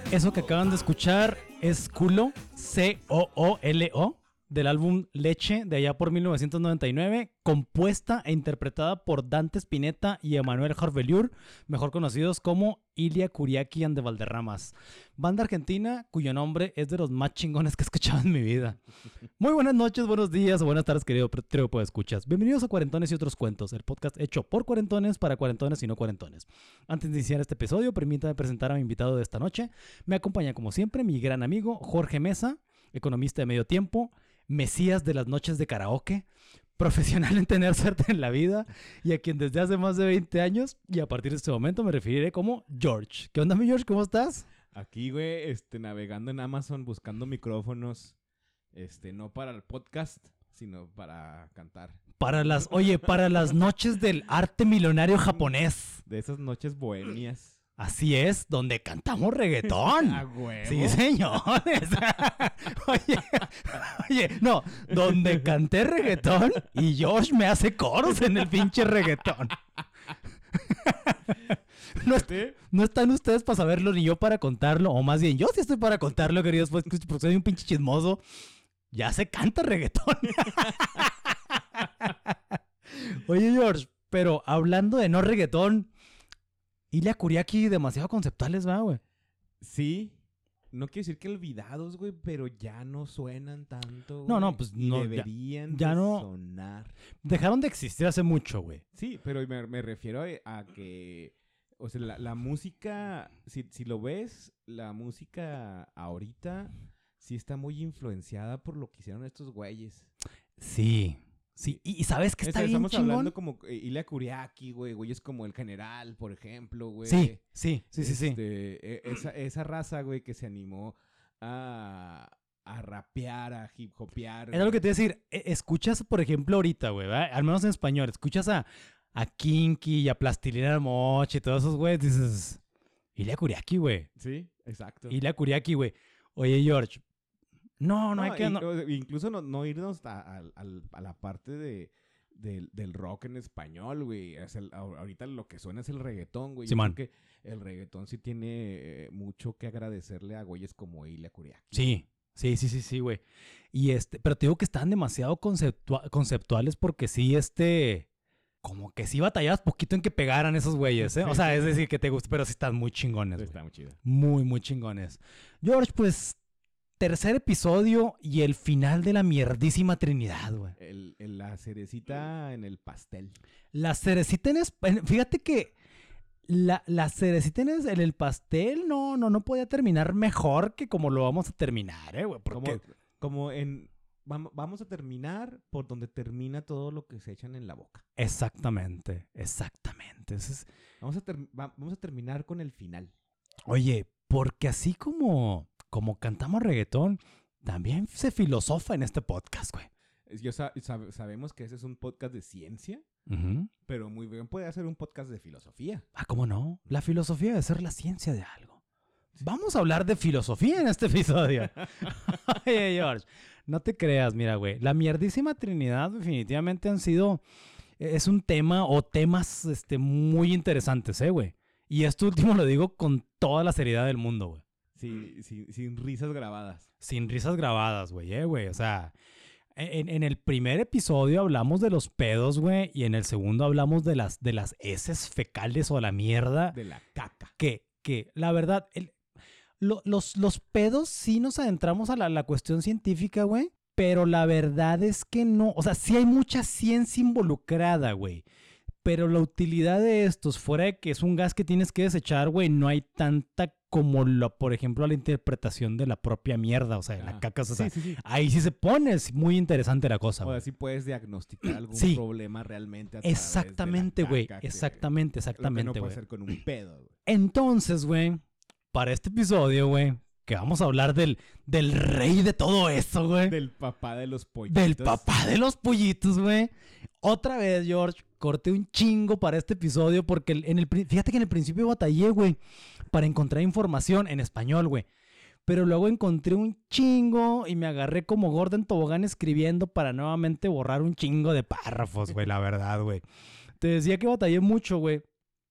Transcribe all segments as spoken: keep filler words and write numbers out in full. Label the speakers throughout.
Speaker 1: Eso que acaban de escuchar es Culo, C O O L O, del álbum Leche de allá por mil novecientos noventa y nueve, compuesta e interpretada por Dante Spinetta y Emanuel Jarveliur, mejor conocidos como Ilia Kuriaki and the Valderramas, banda argentina cuyo nombre es de los más chingones que he escuchado en mi vida. Muy buenas noches, buenos días o buenas tardes, querido trío de escuchas. Bienvenidos a Cuarentones y Otros Cuentos, el podcast hecho por cuarentones para cuarentones y no cuarentones. Antes de iniciar este episodio, permítame presentar a mi invitado de esta noche. Me acompaña como siempre mi gran amigo Jorge Mesa, economista de medio tiempo, mesías de las noches de karaoke, profesional en tener suerte en la vida y a quien desde hace más de veinte años y a partir de este momento me referiré como George. ¿Qué onda, mi George? ¿Cómo estás?
Speaker 2: Aquí, güey, este, navegando en Amazon buscando micrófonos, este, no para el podcast, sino para cantar.
Speaker 1: Para las, oye, para las noches del arte milenario japonés.
Speaker 2: De esas noches bohemias.
Speaker 1: Así es, donde cantamos reggaetón.
Speaker 2: ¡A huevo!
Speaker 1: Sí, señores. Oye, oye, no, donde canté reggaetón y Josh me hace coros en el pinche reggaetón. No, est- no están ustedes para saberlo ni yo para contarlo, o más bien yo sí estoy para contarlo, queridos, pues, porque soy un pinche chismoso. Ya se canta reggaetón. Oye, George, pero hablando de no reggaetón, Ilia Kuriaki demasiado conceptuales, ¿va, güey?
Speaker 2: Sí, no quiero decir que olvidados, güey, pero ya no suenan tanto, güey.
Speaker 1: No, no, pues
Speaker 2: y
Speaker 1: no,
Speaker 2: deberían
Speaker 1: ya, ya
Speaker 2: de
Speaker 1: no
Speaker 2: sonar.
Speaker 1: Dejaron de existir hace mucho, güey.
Speaker 2: Sí, pero me, me refiero a, a que, o sea, la, la música, si, si lo ves, la música ahorita sí está muy influenciada por lo que hicieron estos güeyes.
Speaker 1: Sí, sí. Y, y ¿sabes qué está
Speaker 2: Está,
Speaker 1: bien
Speaker 2: estamos
Speaker 1: chingón?
Speaker 2: hablando como eh, Ilia Kuriaki, güey, güey, es como el general, por ejemplo, güey.
Speaker 1: Sí, sí, sí, sí, sí.
Speaker 2: Este, eh, esa, esa raza, güey, que se animó a, a rapear, a hip hopear.
Speaker 1: Era lo que te iba a decir. E- Escuchas, por ejemplo, ahorita, güey, ¿verdad? Al menos en español, escuchas a, a Kinky y a Plastilina Mochi y todos esos güeyes, dices, Ilia Kuriaki, güey.
Speaker 2: Sí, exacto.
Speaker 1: Ilia Kuriaki, güey. Oye, George, no, no,
Speaker 2: No,
Speaker 1: hay que...
Speaker 2: y-
Speaker 1: no-
Speaker 2: o- incluso no, no irnos a, a- al- a la parte de, del, del rock en español, güey. Es el- ahor- ahorita lo que suena es el reggaetón, güey. Yo
Speaker 1: Simón.
Speaker 2: creo que el reggaetón sí tiene eh, mucho que agradecerle a güeyes como Ilia Kuriaki.
Speaker 1: Sí, sí, sí, sí, sí, güey. Y este, pero te digo que están demasiado conceptua- conceptuales porque sí, este, como que sí batallabas poquito en que pegaran esos güeyes, ¿eh? O sea, es decir, que te gusta, pero sí están muy chingones, güey.
Speaker 2: Está muy chido.
Speaker 1: Muy, muy chingones. George, pues, tercer episodio y el final de la mierdísima Trinidad, güey.
Speaker 2: El, el- la cerecita en el pastel.
Speaker 1: La cerecita en... es- en- Fíjate que la, la cerecita en, es- en el pastel no, no, no podía terminar mejor que como lo vamos a terminar, ¿eh, güey? Porque...
Speaker 2: Como, como en... vam- Vamos a terminar por donde termina todo lo que se echan en la boca.
Speaker 1: Exactamente, exactamente. Ese es-
Speaker 2: Vamos a, ter- va- vamos a terminar con el final.
Speaker 1: Oye, porque así como, como cantamos reggaetón, también se filosofa en este podcast, güey.
Speaker 2: Es- Yo sa- sab- sabemos que ese es un podcast de ciencia,
Speaker 1: Ujú.
Speaker 2: pero muy bien puede ser un podcast de filosofía.
Speaker 1: Ah, ¿cómo no? La filosofía debe ser la ciencia de algo. Vamos a hablar de filosofía en este episodio. Oye, George, no te creas, mira, güey. La mierdísima Trinidad definitivamente han sido... Es un tema o temas este, muy interesantes, ¿eh, güey? Y esto último lo digo con toda la seriedad del mundo, güey.
Speaker 2: Sí, sí, sin risas grabadas.
Speaker 1: Sin risas grabadas, güey, eh, güey. O sea, en, en el primer episodio hablamos de los pedos, güey. Y en el segundo hablamos de las, de las heces fecales o la mierda.
Speaker 2: De la caca.
Speaker 1: Que, que la verdad, el- lo- los, los pedos sí nos adentramos a la, la cuestión científica, güey. Pero la verdad es que no. O sea, sí hay mucha ciencia involucrada, güey. Pero la utilidad de estos, fuera de que es un gas que tienes que desechar, güey, no hay tanta como, lo, por ejemplo, la interpretación de la propia mierda, o sea, de la
Speaker 2: Ah,
Speaker 1: caca. O sea,
Speaker 2: sí, sí, sí.
Speaker 1: ahí sí se pone, es muy interesante la cosa,
Speaker 2: O
Speaker 1: güey.
Speaker 2: así puedes diagnosticar algún
Speaker 1: Sí.
Speaker 2: problema realmente a través
Speaker 1: Exactamente,
Speaker 2: de la
Speaker 1: güey.
Speaker 2: caca, que-
Speaker 1: Exactamente,
Speaker 2: Lo que no
Speaker 1: exactamente,
Speaker 2: puede
Speaker 1: güey.
Speaker 2: hacer con un pedo, güey.
Speaker 1: Entonces, güey, para este episodio, güey, que vamos a hablar del, del rey de todo eso, güey.
Speaker 2: Del papá de los pollitos.
Speaker 1: Del papá de los pollitos, güey. Otra vez, George, corté un chingo para este episodio porque el- en el, pri- fíjate que en el principio batallé, güey, para encontrar información en español, güey. Pero luego encontré un chingo y me agarré como gordo en tobogán escribiendo para nuevamente borrar un chingo de párrafos, güey, la verdad, güey. Te decía que batallé mucho, güey,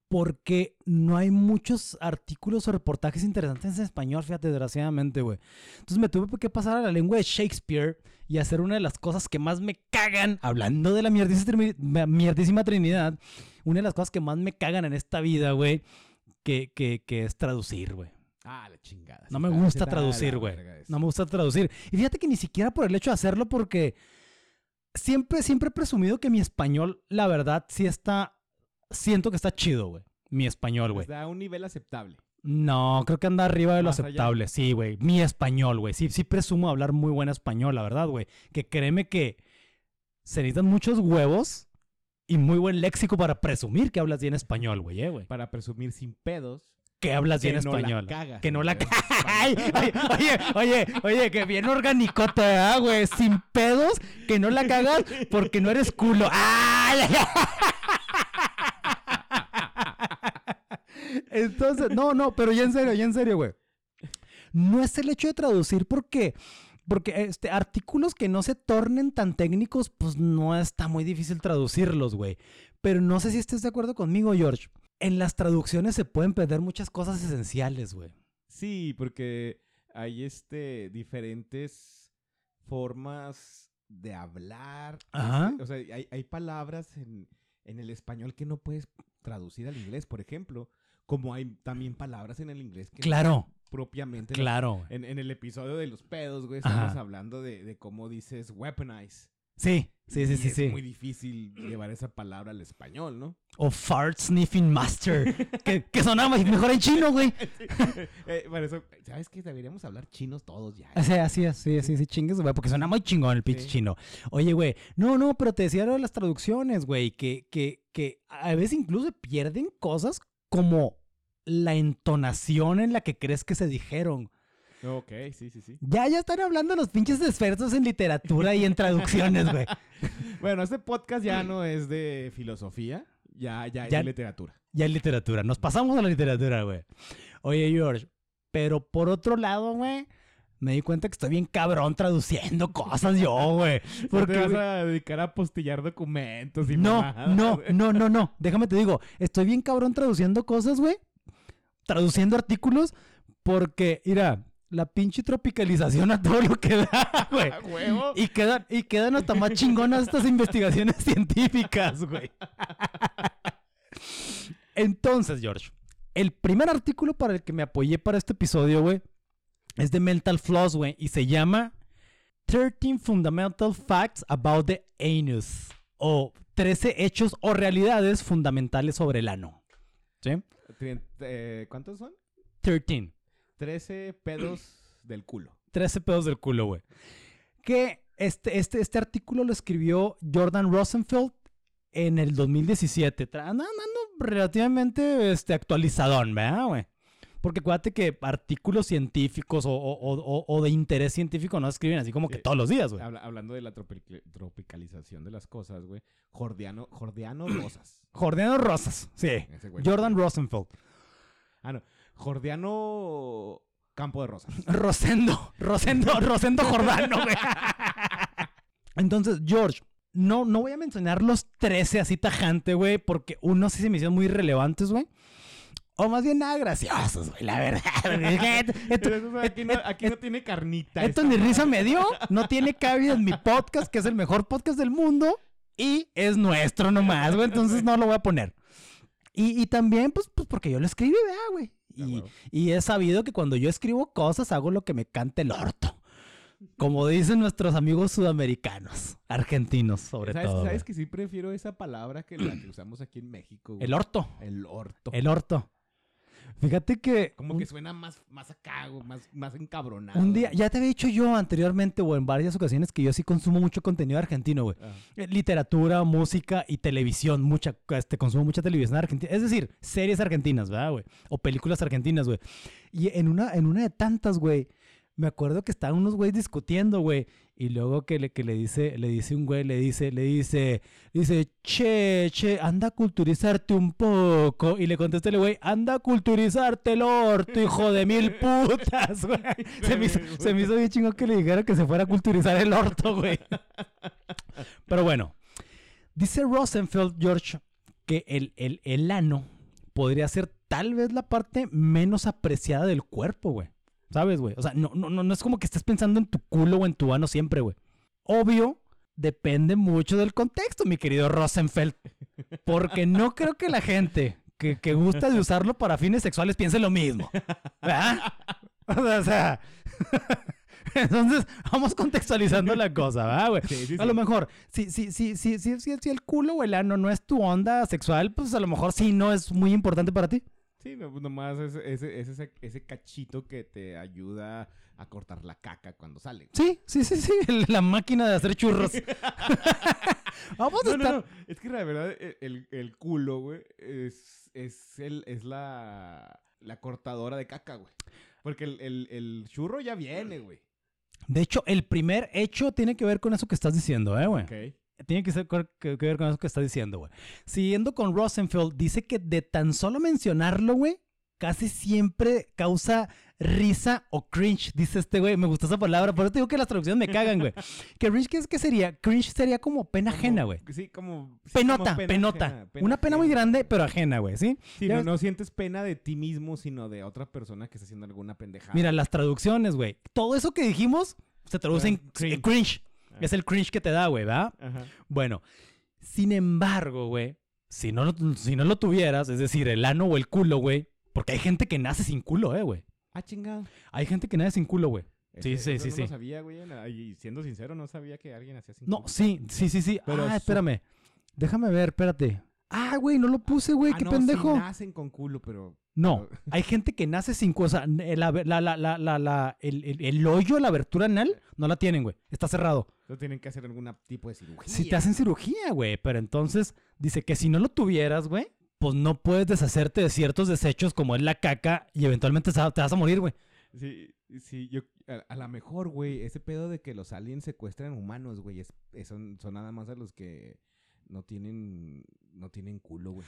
Speaker 1: porque no hay muchos artículos o reportajes interesantes en español, fíjate, desgraciadamente, güey. Entonces me tuve que pasar a la lengua de Shakespeare y hacer una de las cosas que más me cagan, hablando de la mierdísima, mierdísima Trinidad, una de las cosas que más me cagan en esta vida, güey, que, que, que es traducir, güey.
Speaker 2: Ah, la chingada.
Speaker 1: No me gusta traducir, güey. No me gusta traducir. Y fíjate que ni siquiera por el hecho de hacerlo, porque siempre, siempre he presumido que mi español, la verdad, sí está... Siento que está chido, güey. Mi español, güey.
Speaker 2: Está a un nivel aceptable.
Speaker 1: No, creo que anda arriba de lo
Speaker 2: ¿Más
Speaker 1: aceptable.
Speaker 2: allá?
Speaker 1: Sí, güey. Mi español, güey. Sí, sí presumo hablar muy buen español, la verdad, güey. Que créeme que se necesitan muchos huevos y muy buen léxico para presumir que hablas bien español, güey, eh, güey.
Speaker 2: Para presumir sin pedos.
Speaker 1: Que hablas
Speaker 2: Que
Speaker 1: bien
Speaker 2: no la
Speaker 1: español.
Speaker 2: cagas,
Speaker 1: que no la
Speaker 2: güey.
Speaker 1: cagas. Oye, oye, oye, que bien organicote, ¿verdad, güey? Sin pedos, que no la cagas porque no eres culo. ¡Ay! Entonces, no, no, pero ya en serio, ya en serio, güey. No es el hecho de traducir porque, porque este, artículos que no se tornen tan técnicos, pues no está muy difícil traducirlos, güey. Pero no sé si estés de acuerdo conmigo, George. En las traducciones se pueden perder muchas cosas esenciales, güey.
Speaker 2: Sí, porque hay este diferentes formas de hablar.
Speaker 1: Ajá.
Speaker 2: Este, o sea, hay, hay palabras en, en el español que no puedes traducir al inglés, por ejemplo. Como hay también palabras en el inglés que
Speaker 1: Claro.
Speaker 2: no propiamente.
Speaker 1: Claro.
Speaker 2: En, en el episodio de los pedos, güey,
Speaker 1: Ajá.
Speaker 2: estamos hablando de, de cómo dices weaponize.
Speaker 1: Sí, sí, sí,
Speaker 2: Y
Speaker 1: sí,
Speaker 2: es
Speaker 1: sí.
Speaker 2: muy difícil llevar esa palabra al español, ¿no?
Speaker 1: O fart sniffing master. que, que sonaba mejor en chino, güey.
Speaker 2: Eh, por eso, ¿sabes qué? Deberíamos hablar chinos todos ya.
Speaker 1: Así, así, así, así, sí, chingues, güey, porque suena muy chingón el pinche
Speaker 2: Sí.
Speaker 1: chino. Oye, güey, no, no, pero te decía lo de las traducciones, güey, que, que, que a veces incluso pierden cosas como la entonación en la que crees que se dijeron.
Speaker 2: Ok, sí, sí, sí.
Speaker 1: Ya, ya están hablando los pinches expertos en literatura y en traducciones, güey.
Speaker 2: Bueno, este podcast ya no es de filosofía, ya, ya es
Speaker 1: Ya-
Speaker 2: de literatura.
Speaker 1: Ya en literatura, nos pasamos a la literatura, güey. Oye, George, pero por otro lado, güey, me di cuenta que estoy bien cabrón traduciendo cosas yo, güey.
Speaker 2: ¿No
Speaker 1: Porque,
Speaker 2: te vas
Speaker 1: güey,
Speaker 2: a dedicar a postillar documentos y
Speaker 1: no,
Speaker 2: mamadas,
Speaker 1: no,
Speaker 2: güey?
Speaker 1: no, no, no. Déjame te digo, estoy bien cabrón traduciendo cosas, güey. Traduciendo artículos porque, mira, la pinche tropicalización a todo lo que da, güey.
Speaker 2: ¿A huevo?
Speaker 1: Y quedan, y quedan hasta más chingonas estas investigaciones científicas, güey. Entonces, George, el primer artículo para el que me apoyé para este episodio, güey, es de Mental Floss, güey, y se llama thirteen Fundamental Facts About the Anus, o trece hechos o realidades fundamentales sobre el ano. ¿Sí?
Speaker 2: Trien- eh, ¿Cuántos son?
Speaker 1: trece.
Speaker 2: Trece pedos del culo.
Speaker 1: trece pedos del culo, güey. Que este, este, este artículo lo escribió Jordan Rosenfeld en el dos mil diecisiete. Tra- Ando, ando relativamente este, actualizadón, ¿verdad, güey? Porque acuérdate que artículos científicos o, o- o- o de interés científico no escriben así como que
Speaker 2: Sí.
Speaker 1: todos los días, güey.
Speaker 2: Habla- hablando de la tropic- tropicalización de las cosas, güey. Jordiano, Jordiano Rosas.
Speaker 1: Jordiano Rosas, sí.
Speaker 2: Ese güey.
Speaker 1: Jordan Rosenfeld.
Speaker 2: Ah, no. Jordiano Campo de Rosas.
Speaker 1: Rosendo, Rosendo, Rosendo Jordano, güey. Entonces, George, no, no voy a mencionar los trece así tajante, güey, porque unos sí se me hicieron muy relevantes, güey. O más bien nada graciosos, güey, la verdad. Esto,
Speaker 2: Pero eso, o sea, aquí, no, aquí no tiene carnita.
Speaker 1: esto
Speaker 2: esta
Speaker 1: ni
Speaker 2: madre.
Speaker 1: risa me dio, no tiene cabida en mi podcast, que es el mejor podcast del mundo, y es nuestro nomás, güey, entonces no lo voy a poner. Y, y también, pues, pues, porque yo lo escribí, ¿verdad, güey?
Speaker 2: Ah,
Speaker 1: Y,
Speaker 2: huevo.
Speaker 1: y he sabido que cuando yo escribo cosas, hago lo que me cante el orto. Como dicen nuestros amigos sudamericanos, argentinos, sobre
Speaker 2: ¿Sabes,
Speaker 1: todo.
Speaker 2: ¿Sabes
Speaker 1: güey.
Speaker 2: que sí prefiero esa palabra que la que usamos aquí en México? güey?
Speaker 1: El orto.
Speaker 2: El orto.
Speaker 1: El orto. Fíjate que.
Speaker 2: Como
Speaker 1: un,
Speaker 2: que suena más, más acá, güey, más, más encabronado.
Speaker 1: un día,
Speaker 2: güey.
Speaker 1: ya te había dicho yo anteriormente o en varias ocasiones que yo sí consumo mucho contenido argentino, güey.
Speaker 2: Ah.
Speaker 1: Eh, Literatura, música y televisión. Mucha, este, consumo mucha televisión argentina. Es decir, series argentinas, ¿verdad, güey? O películas argentinas, güey. Y en una, en una de tantas, güey, me acuerdo que estaban unos güeyes discutiendo, güey. Y luego que le, que le dice, le dice un güey, le dice, le dice, dice, che, che, anda a culturizarte un poco. Y le contesta el güey, anda a culturizarte el orto, hijo de mil putas, güey. Se me hizo, se me hizo bien chingón que le dijera que se fuera a culturizar el orto, güey. Pero bueno, dice Rosenfeld, George, que el, el, el ano podría ser tal vez la parte menos apreciada del cuerpo, güey. ¿Sabes, güey? O sea, no, no, no es como que estés pensando en tu culo o en tu ano siempre, güey. Obvio, depende mucho del contexto, mi querido Rosenfeld. Porque no creo que la gente que, que gusta de usarlo para fines sexuales piense lo mismo. ¿Verdad? O sea... Entonces, vamos contextualizando la cosa, ¿verdad, güey?
Speaker 2: Sí, sí,
Speaker 1: a
Speaker 2: sí.
Speaker 1: lo mejor, si, si, si, si, si, si, si el culo o el ano no es tu onda sexual, pues a lo mejor sí no es muy importante para ti.
Speaker 2: Sí, no, pues nomás es, es- es ese, ese cachito que te ayuda a cortar la caca cuando sale.
Speaker 1: Sí, sí, sí, sí. el- La máquina de hacer churros. Vamos a
Speaker 2: No, no,
Speaker 1: estar...
Speaker 2: no. Es que la verdad, e- el, el culo, güey, es, es, el, es la, la cortadora de caca, güey. Porque el, el, el churro ya viene, güey.
Speaker 1: De hecho, el primer hecho tiene que ver con eso que estás diciendo, ¿eh, güey?
Speaker 2: Ok.
Speaker 1: Tiene que, ser, que, que ver con eso que estás diciendo, güey. Siguiendo con Rosenfeld, dice que de tan solo mencionarlo, güey, casi siempre causa risa o cringe, dice este güey. Me gustó esa palabra, por eso te digo que las traducciones me cagan, güey. ¿Que cringe qué, es, qué sería? Cringe sería como pena
Speaker 2: Como-
Speaker 1: ajena, güey.
Speaker 2: Sí, como... sí,
Speaker 1: Penota,
Speaker 2: como pena
Speaker 1: penota.
Speaker 2: ajena, pena
Speaker 1: Una pena muy
Speaker 2: ajena.
Speaker 1: grande, pero ajena, güey, ¿sí?
Speaker 2: Sí,
Speaker 1: Ya
Speaker 2: no,
Speaker 1: ves-
Speaker 2: no sientes pena de ti mismo, sino de otra persona que está haciendo alguna pendejada.
Speaker 1: Mira, las traducciones, güey. Todo eso que dijimos se traduce en
Speaker 2: Ah, cringe.
Speaker 1: cringe. cringe.
Speaker 2: Ah.
Speaker 1: Es el cringe que te da, güey, ¿verdad?
Speaker 2: Ajá.
Speaker 1: Bueno, sin embargo, güey, si no, lo- si no lo tuvieras, es decir, el ano o el culo, güey, porque hay gente que nace sin culo, eh, güey.
Speaker 2: Ah, chingado.
Speaker 1: Hay gente que nace sin culo, güey. Sí,
Speaker 2: Ese-
Speaker 1: sí,
Speaker 2: eso
Speaker 1: sí,
Speaker 2: no
Speaker 1: sí.
Speaker 2: lo sabía, güey. Y siendo sincero, no sabía que alguien hacía sin
Speaker 1: No,
Speaker 2: culo.
Speaker 1: sí, sí, sí, sí.
Speaker 2: Pero
Speaker 1: ah,
Speaker 2: su-
Speaker 1: espérame. Déjame ver, espérate. Ah, güey, no lo puse, güey,
Speaker 2: Ah,
Speaker 1: qué
Speaker 2: no,
Speaker 1: pendejo.
Speaker 2: sí nacen con culo, pero...
Speaker 1: No,
Speaker 2: pero-
Speaker 1: hay gente que nace sin culo. O sea, la, la, la, la, la, la- el, el, el hoyo, la abertura anal, no la tienen, güey. Está cerrado.
Speaker 2: no tienen que hacer algún tipo de cirugía.
Speaker 1: Si te hacen cirugía, güey. Pero entonces dice que si no lo tuvieras, güey, pues no puedes deshacerte de ciertos desechos como es la caca y eventualmente te vas a morir, güey.
Speaker 2: Sí, sí, yo... A, a lo mejor, güey, ese pedo de que los aliens secuestran humanos, güey, es, es- son, son nada más a los que no tienen... No tienen culo, güey.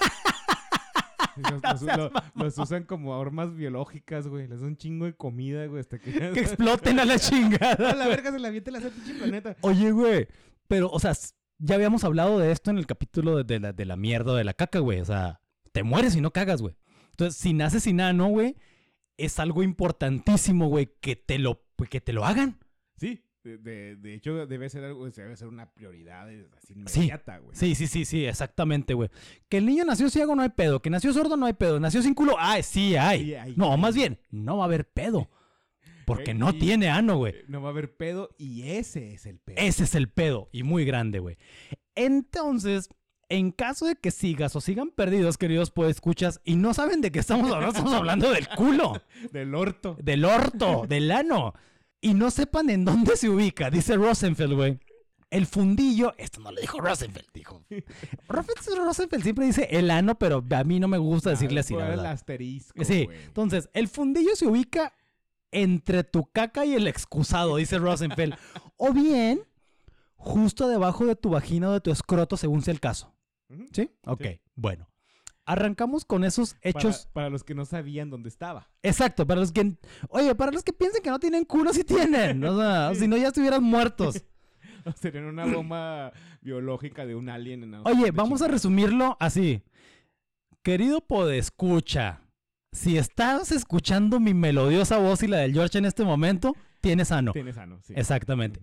Speaker 2: Los, los- lo- los usan como armas biológicas, güey. Les dan un chingo de comida, güey, hasta que...
Speaker 1: Que exploten a la
Speaker 2: A
Speaker 1: chingada.
Speaker 2: la verga se la avienta la pinche planeta.
Speaker 1: Oye, güey. Pero, o sea, s- ya habíamos hablado de esto en el capítulo de, de la, de la mierda de la caca, güey. O sea, te mueres y no cagas, güey. Entonces, si naces sin ano, güey, es algo importantísimo, güey, que te lo, que te lo hagan.
Speaker 2: Sí, de, de, de hecho debe ser algo, debe ser una prioridad eh, así
Speaker 1: Sí,
Speaker 2: inmediata, güey.
Speaker 1: Sí, sí, sí, sí, exactamente, güey. Que el niño nació ciego no hay pedo. Que nació sordo no hay pedo. Nació sin culo, ah, sí hay.
Speaker 2: Sí hay.
Speaker 1: No, más bien, no va a haber pedo. Porque
Speaker 2: Eh,
Speaker 1: no
Speaker 2: y-
Speaker 1: tiene ano, güey.
Speaker 2: Eh, No va a haber pedo y ese es el pedo.
Speaker 1: Ese es el pedo. Y muy grande, güey. Entonces, en caso de que sigas o sigan perdidos, queridos escuchas y no saben de qué estamos hablando, estamos hablando del culo,
Speaker 2: Del orto.
Speaker 1: del orto, del ano. Y no sepan en dónde se ubica, dice Rosenfeld, güey. El fundillo, esto no lo dijo Rosenfeld, dijo. Rosenfeld, Rosenfeld siempre dice el ano, pero a mí no me gusta decirle así,
Speaker 2: Por
Speaker 1: la
Speaker 2: el
Speaker 1: verdad.
Speaker 2: asterisco,
Speaker 1: Sí,
Speaker 2: güey.
Speaker 1: entonces, el fundillo se ubica entre tu caca y el excusado, dice Rosenfeld. O bien, justo debajo de tu vagina o de tu escroto, según sea el caso.
Speaker 2: Ujú.
Speaker 1: ¿Sí? Ok,
Speaker 2: Sí.
Speaker 1: bueno. Arrancamos con esos hechos.
Speaker 2: Para, para los que no sabían dónde estaba.
Speaker 1: Exacto, para los que... Oye, para los que piensen que no tienen culo, sí tienen. O sea,
Speaker 2: Sí.
Speaker 1: si no ya estuvieran muertos.
Speaker 2: Serían una bomba biológica de un alien. En
Speaker 1: Oye,
Speaker 2: de
Speaker 1: vamos a
Speaker 2: chingada.
Speaker 1: resumirlo así. Querido podescucha, si estás escuchando mi melodiosa voz y la del George en este momento, tienes ano.
Speaker 2: Tienes ano, sí.
Speaker 1: Exactamente.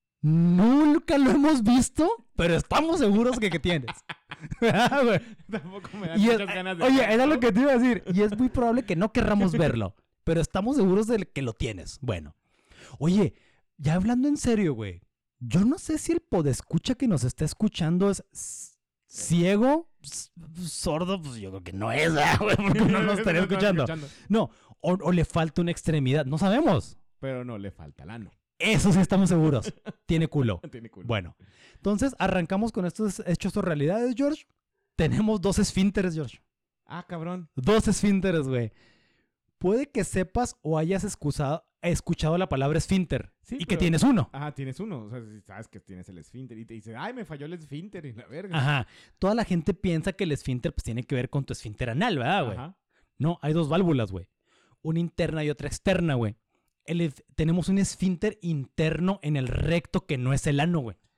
Speaker 1: Nunca lo hemos visto, pero estamos seguros que, que tienes. Ah, güey.
Speaker 2: Tampoco me dan
Speaker 1: Y es-
Speaker 2: muchas ganas de
Speaker 1: oye,
Speaker 2: verlo.
Speaker 1: era lo que te iba a decir. Y es muy probable que no querramos verlo, pero estamos seguros de que lo tienes. Bueno. Oye, ya hablando en serio, güey. Yo no sé si el podescucha que nos está escuchando es s- ciego, s- sordo, pues yo creo que no es, ¿verdad, güey? Porque no nos estaría
Speaker 2: No, no,
Speaker 1: escuchando. No, o, o le falta una extremidad. No sabemos.
Speaker 2: Pero no, le falta el ano.
Speaker 1: Eso sí estamos seguros. Tiene culo.
Speaker 2: Tiene culo.
Speaker 1: Bueno, entonces arrancamos con estos hechos o realidades, George. Tenemos dos esfínteres, George.
Speaker 2: Ah, cabrón.
Speaker 1: Dos esfínteres, güey. Puede que sepas o hayas excusado- escuchado la palabra esfínter
Speaker 2: Sí,
Speaker 1: y que
Speaker 2: pero-
Speaker 1: tienes uno.
Speaker 2: Ajá, tienes uno. O sea, si sabes que tienes el esfínter y te dice, ay, me falló el esfínter y la verga.
Speaker 1: Ajá. Toda la gente piensa que el esfínter pues tiene que ver con tu esfínter anal, ¿verdad, güey?
Speaker 2: Ajá.
Speaker 1: No, hay dos válvulas, güey. Una interna y otra externa, güey. El ef- tenemos un esfínter interno en el recto que no es el ano, güey.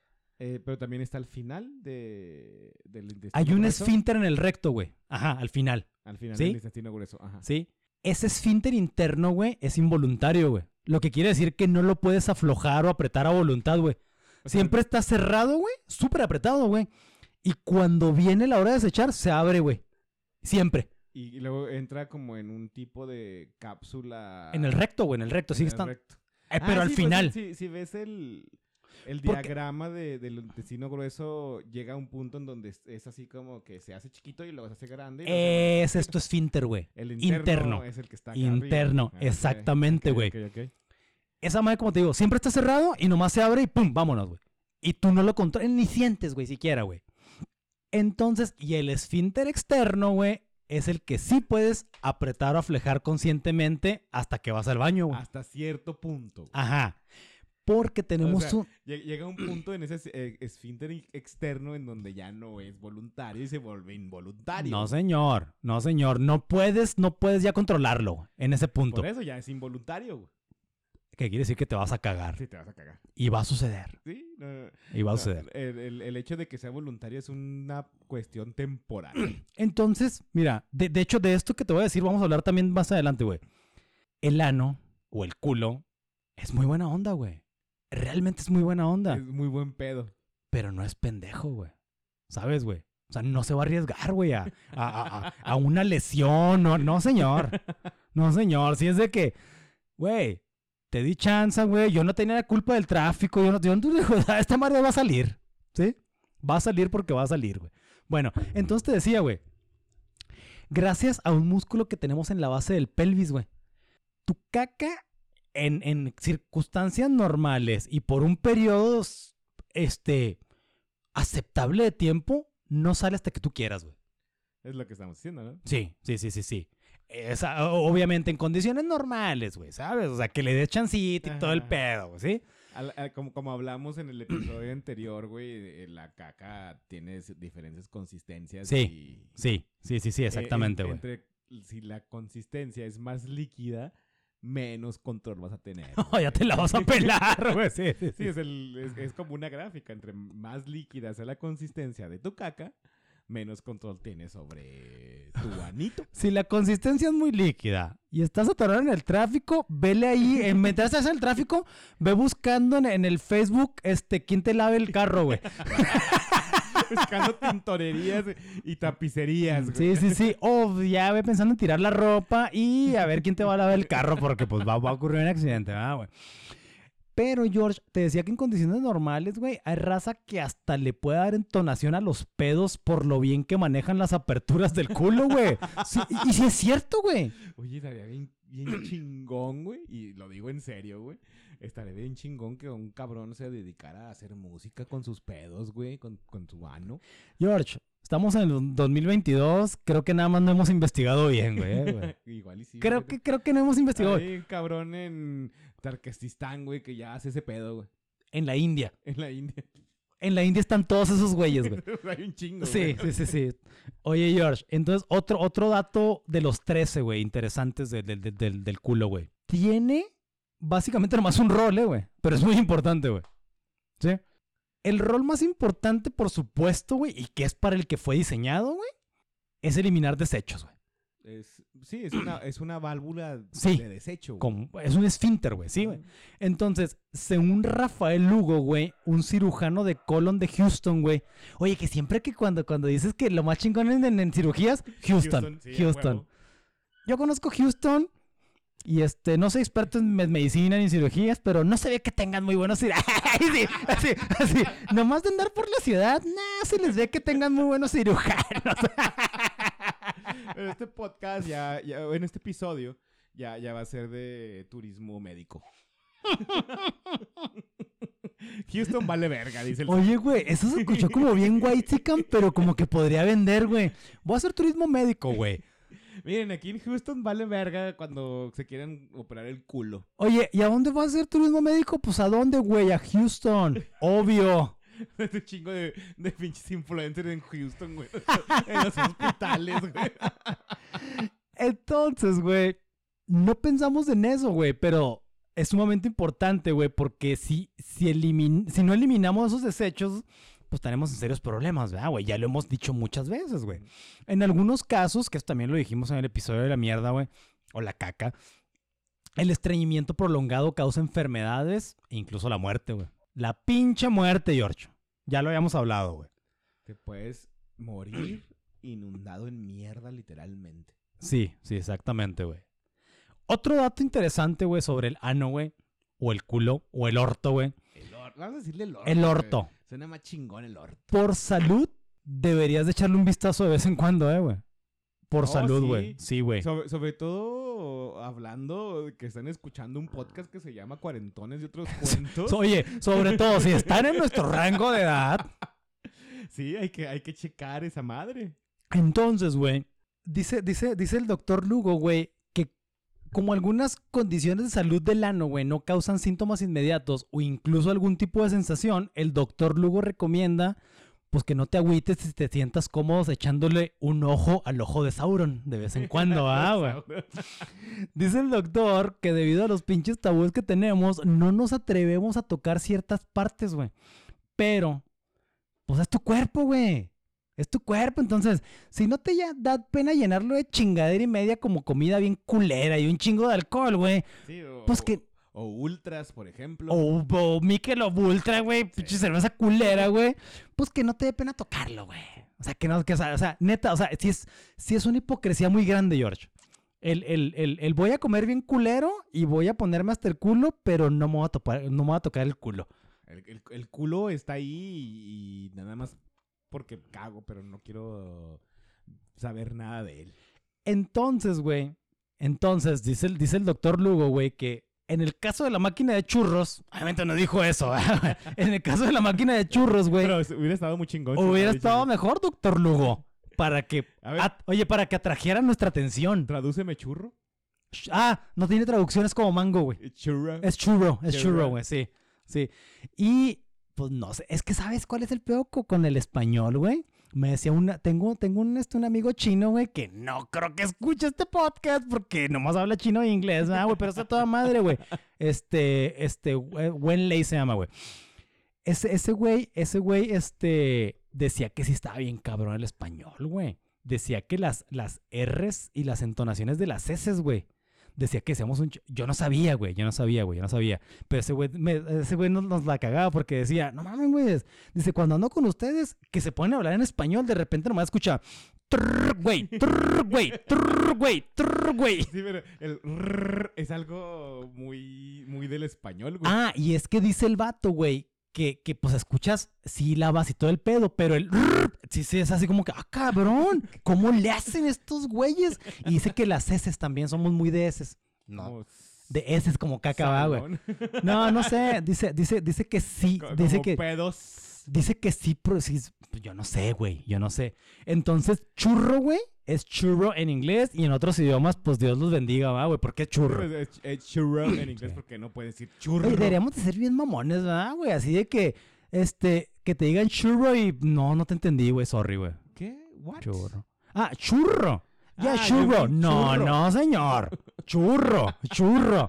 Speaker 2: Eh, pero también está al final de, del intestino
Speaker 1: Hay un
Speaker 2: grueso.
Speaker 1: esfínter en el recto, güey. Ajá, al final.
Speaker 2: Al final
Speaker 1: ¿Sí?
Speaker 2: del intestino grueso. Ajá.
Speaker 1: ¿Sí? Ese esfínter interno, güey, es involuntario, güey. Lo que quiere decir que no lo puedes aflojar o apretar a voluntad, güey.
Speaker 2: O sea,
Speaker 1: Siempre está cerrado, güey. Súper apretado, güey. Y cuando viene la hora de desechar, se abre, güey. Siempre.
Speaker 2: Y, y luego entra como en un tipo de cápsula.
Speaker 1: En el recto, güey. En el recto.
Speaker 2: en
Speaker 1: Sigue
Speaker 2: el
Speaker 1: estando.
Speaker 2: recto.
Speaker 1: Eh,
Speaker 2: Ah,
Speaker 1: pero al
Speaker 2: sí, pues,
Speaker 1: final.
Speaker 2: si, si ves el, el
Speaker 1: Porque-
Speaker 2: diagrama de, del intestino grueso, llega a un punto en donde es, es así como que se hace chiquito y luego se hace grande. y luego se vuelve
Speaker 1: Es
Speaker 2: chiquito.
Speaker 1: esto esfínter, güey.
Speaker 2: El interno,
Speaker 1: interno.
Speaker 2: es el que está acá
Speaker 1: Interno,
Speaker 2: arriba. Ah, ok,
Speaker 1: exactamente,
Speaker 2: ok,
Speaker 1: güey.
Speaker 2: ok, ok.
Speaker 1: Esa madre, como te digo, siempre está cerrado y nomás se abre y pum, vámonos, güey. Y tú no lo controlas, ni sientes, güey, siquiera, güey. Entonces, y el esfínter externo, güey, es el que sí puedes apretar o aflejar conscientemente hasta que vas al baño, güey.
Speaker 2: Hasta cierto punto.
Speaker 1: Ajá. Porque tenemos
Speaker 2: O sea,
Speaker 1: un...
Speaker 2: Lleg- Llega un punto en ese eh, esfínter i- externo en donde ya no es voluntario y se vuelve involuntario.
Speaker 1: No, señor. No, señor. No puedes, no puedes ya controlarlo en ese punto.
Speaker 2: Por eso ya es involuntario, güey.
Speaker 1: Que quiere decir que te vas a cagar.
Speaker 2: Sí, te vas a cagar.
Speaker 1: Y va a suceder.
Speaker 2: Sí, no, no,
Speaker 1: Y va a
Speaker 2: no,
Speaker 1: suceder.
Speaker 2: El, el- el hecho de que sea voluntario es una cuestión temporal.
Speaker 1: Entonces, mira, de, de hecho, de esto que te voy a decir, vamos a hablar también más adelante, güey. El ano o el culo es muy buena onda, güey. Realmente es muy buena onda.
Speaker 2: Es muy buen pedo.
Speaker 1: Pero no es pendejo, güey. ¿Sabes, güey? O sea, no se va a arriesgar, güey, a, a, a- a- a una lesión. No, no, señor. No, señor. Si es de que, güey, te di chance, güey. Yo no tenía la culpa del tráfico. Yo no, yo no, esta madre va a salir. ¿Sí? Va a salir porque va a salir, güey. Bueno, entonces te decía, güey. Gracias a un músculo que tenemos en la base del pelvis, güey. Tu caca en, en circunstancias normales y por un periodo, este, aceptable de tiempo, no sale hasta que tú quieras, güey.
Speaker 2: Es lo que estamos haciendo, ¿no?
Speaker 1: Sí, sí, sí, sí, sí. Esa, obviamente en condiciones normales, güey, ¿sabes? O sea, que le des chancito y todo el
Speaker 2: Ajá.
Speaker 1: pedo, güey, ¿sí?
Speaker 2: Al- al- como, como hablamos en el episodio anterior, güey, eh, la caca tiene s- diferentes consistencias.
Speaker 1: Sí,
Speaker 2: y,
Speaker 1: Sí, sí, sí, sí,
Speaker 2: eh,
Speaker 1: exactamente,
Speaker 2: en-
Speaker 1: güey.
Speaker 2: entre- si la consistencia es más líquida, menos control vas a tener.
Speaker 1: Oh, ya te la vas a pelar, güey, sí, sí,
Speaker 2: Sí,
Speaker 1: sí.
Speaker 2: es, el, es, es como una gráfica. Entre más líquida sea la consistencia de tu caca, menos control tienes sobre tu anito.
Speaker 1: Si la consistencia es muy líquida y estás atorado en el tráfico, vele ahí, en, mientras estás en el tráfico, ve buscando en, en el Facebook, este, quién te lave el carro, güey.
Speaker 2: Buscando tintorerías y tapicerías, güey.
Speaker 1: Sí, sí, sí. O ya ve pensando en tirar la ropa y a ver quién te va a lavar el carro porque pues va, va a ocurrir un accidente, ¿verdad, güey? Pero, George, te decía que en condiciones normales, güey, hay raza que hasta le puede dar entonación a los pedos por lo bien que manejan las aperturas del culo, güey. Sí, y, y sí es cierto, güey.
Speaker 2: Oye, estaría bien, bien chingón, güey. Y lo digo en serio, güey. Estaría bien chingón que un cabrón se dedicara a hacer música con sus pedos, güey. Con, con su ano.
Speaker 1: George, estamos en el dos mil veintidós. Creo que nada más no hemos investigado bien, güey. eh, güey.
Speaker 2: Igual y sí.
Speaker 1: Creo
Speaker 2: güey.
Speaker 1: que, creo que no hemos investigado.
Speaker 2: Hay un cabrón en Tarkestistán, güey, que ya hace ese pedo, güey.
Speaker 1: En la India.
Speaker 2: En la India.
Speaker 1: En la India están todos esos güeyes, güey.
Speaker 2: Hay un chingo,
Speaker 1: Sí,
Speaker 2: güey.
Speaker 1: sí, sí, sí. Oye, George, entonces otro, otro dato de los trece, güey, interesantes de- de- de- del, del culo, güey. Tiene básicamente nomás un rol, eh, güey. Pero es muy importante, güey. ¿Sí? El rol más importante, por supuesto, güey, y que es para el que fue diseñado, güey, es eliminar desechos, güey.
Speaker 2: Es, sí, es una, es una válvula
Speaker 1: Sí.
Speaker 2: de desecho, güey.
Speaker 1: Como- Es un esfínter, güey, sí, güey. Entonces, según Rafael Lugo, güey, un cirujano de colon de Houston, güey. Oye, que siempre que cuando, cuando dices que lo más chingón en, en- en cirugías, Houston,
Speaker 2: sí, a
Speaker 1: Houston.
Speaker 2: huevo.
Speaker 1: Yo conozco Houston y este, no soy experto en me- medicina ni cirugías, pero no se ve que tengan muy buenos cirujanos. Sí, así, así. Nomás de andar por la ciudad, nah, se les ve que tengan muy buenos cirujanos.
Speaker 2: En este podcast, ya, ya, en este episodio, ya, ya va a ser de turismo médico. Houston vale verga, dice el...
Speaker 1: Oye, güey, eso se escuchó como bien whitezican, pero como que podría vender, güey. Voy a hacer turismo médico, güey.
Speaker 2: Miren, aquí en Houston vale verga cuando se quieren operar el culo.
Speaker 1: Oye, ¿y a dónde vas a hacer turismo médico? Pues ¿a dónde, güey? A Houston. Obvio.
Speaker 2: Este chingo de, de pinches influencers en Houston, güey. En los hospitales, güey.
Speaker 1: Entonces, güey, no pensamos en eso, güey, pero es sumamente importante, güey, porque si, si, elimin- si no eliminamos esos desechos, pues tenemos en serios problemas, ¿verdad, güey? Ya lo hemos dicho muchas veces, güey. En algunos casos, que esto también lo dijimos en el episodio de la mierda, güey, o la caca, el estreñimiento prolongado causa enfermedades e incluso la muerte, güey. La pinche muerte, George. Ya lo habíamos hablado, güey.
Speaker 2: Te puedes morir inundado en mierda, literalmente.
Speaker 1: Sí, sí, exactamente, güey. Otro dato interesante, güey, sobre el ano, güey, o el culo, o el orto, güey.
Speaker 2: El orto. Vamos a decirle el orto.
Speaker 1: El orto.
Speaker 2: Güey. Suena más chingón el orto.
Speaker 1: Por salud, deberías de echarle un vistazo de vez en cuando, eh, güey. Por
Speaker 2: Oh,
Speaker 1: salud,
Speaker 2: sí.
Speaker 1: güey. Sí, güey.
Speaker 2: Sobre, sobre todo hablando de que están escuchando un podcast que se llama Cuarentones y otros cuentos.
Speaker 1: Oye, sobre todo, si están en nuestro rango de edad,
Speaker 2: Sí, hay que, hay que checar esa madre.
Speaker 1: entonces, güey, dice, dice, dice el doctor Lugo, güey, que como algunas condiciones de salud del ano, güey, no causan síntomas inmediatos o incluso algún tipo de sensación, el doctor Lugo recomienda, pues, que no te agüites si te sientas cómodos echándole un ojo al ojo de Sauron de vez en cuando, ¿ah, güey? Dice el doctor que debido a los pinches tabúes que tenemos, no nos atrevemos a tocar ciertas partes, güey. Pero, pues es tu cuerpo, güey. Es tu cuerpo, entonces, si no te ya- da pena llenarlo de chingadera y media como comida bien culera y un chingo de alcohol, güey.
Speaker 2: Sí, o,
Speaker 1: Pues que...
Speaker 2: o ultras, por ejemplo.
Speaker 1: O, o Michelob Ultra, güey, pinche cerveza culera, güey. Pues que no te dé pena tocarlo, güey. O sea, que no, que, o sea, o sea, neta, o sea, si es, sí es una hipocresía muy grande, George. El, el, el, el voy a comer bien culero y voy a ponerme hasta el culo, pero no me voy a, topar, no me voy a tocar el culo.
Speaker 2: El, el- el culo está ahí y, y nada más porque cago, pero no quiero saber nada de él.
Speaker 1: Entonces, güey, entonces, dice el, dice el doctor Lugo, güey, que en el caso de la máquina de churros, obviamente no dijo eso, ¿verdad? En el caso de la máquina de churros, güey,
Speaker 2: Pero hubiera estado muy chingón. si
Speaker 1: hubiera
Speaker 2: hubiera
Speaker 1: estado
Speaker 2: dicho,
Speaker 1: mejor, doctor Lugo, para que,
Speaker 2: A ver.
Speaker 1: at- oye, para que atrajera nuestra atención.
Speaker 2: Tradúceme churro.
Speaker 1: Sh- Ah, no tiene traducciones como mango, güey.
Speaker 2: Eh, Churro.
Speaker 1: Es churro, es
Speaker 2: Churro.
Speaker 1: churro, güey, sí, sí. Y, pues, no sé, es que ¿sabes cuál es el peor co- con el español, güey? Me decía una, tengo, tengo un, este, un amigo chino, güey, que no creo que escuche este podcast porque nomás habla chino e inglés, ¿verdad, güey? Pero está toda madre, güey. Este, este, we- Wenlei se llama, güey. Ese, ese güey, ese güey, este, decía que sí estaba bien cabrón el español, güey. Decía que las, las R's y las entonaciones de las S's, güey. Decía que decíamos un... ch- Yo no sabía, güey. Yo no sabía, güey. Yo no sabía. Pero ese güey, me- ese güey nos, nos la cagaba porque decía, no mames, güey. Dice, cuando ando con ustedes, que se ponen a hablar en español, de repente nomás escucha... "Trrr, güey, trrr, güey, trrr, güey, trrr, güey".
Speaker 2: Sí, pero el rrr es algo muy, muy del español, güey.
Speaker 1: Ah, y es que dice el vato, güey, que, que pues escuchas sílabas y todo el pedo, pero el rrr, sí, sí, es así como que, ah, cabrón, ¿cómo le hacen estos güeyes? Y dice que las S también somos muy de S. No,
Speaker 2: Como
Speaker 1: de S como caca, va, güey.
Speaker 2: salón.
Speaker 1: No, no sé, dice, dice, dice que sí,
Speaker 2: Co-
Speaker 1: dice
Speaker 2: como
Speaker 1: que,
Speaker 2: pedos.
Speaker 1: dice que sí, pero sí, pues yo no sé, güey, yo no sé. Entonces, churro, güey, es churro en inglés y en otros idiomas, pues Dios los bendiga, va, güey, ¿por qué churro?
Speaker 2: Es, es- es churro en inglés
Speaker 1: Sí.
Speaker 2: porque no puede decir churro.
Speaker 1: Oye, deberíamos de ser bien mamones, ¿verdad, güey? Así de que, este, que te digan churro y no, no te entendí, güey, sorry, güey.
Speaker 2: ¿Qué? What?
Speaker 1: Churro. Ah, churro. Ya,
Speaker 2: Ah, yo
Speaker 1: churro.
Speaker 2: vi
Speaker 1: No,
Speaker 2: churro.
Speaker 1: no, señor. Churro, churro.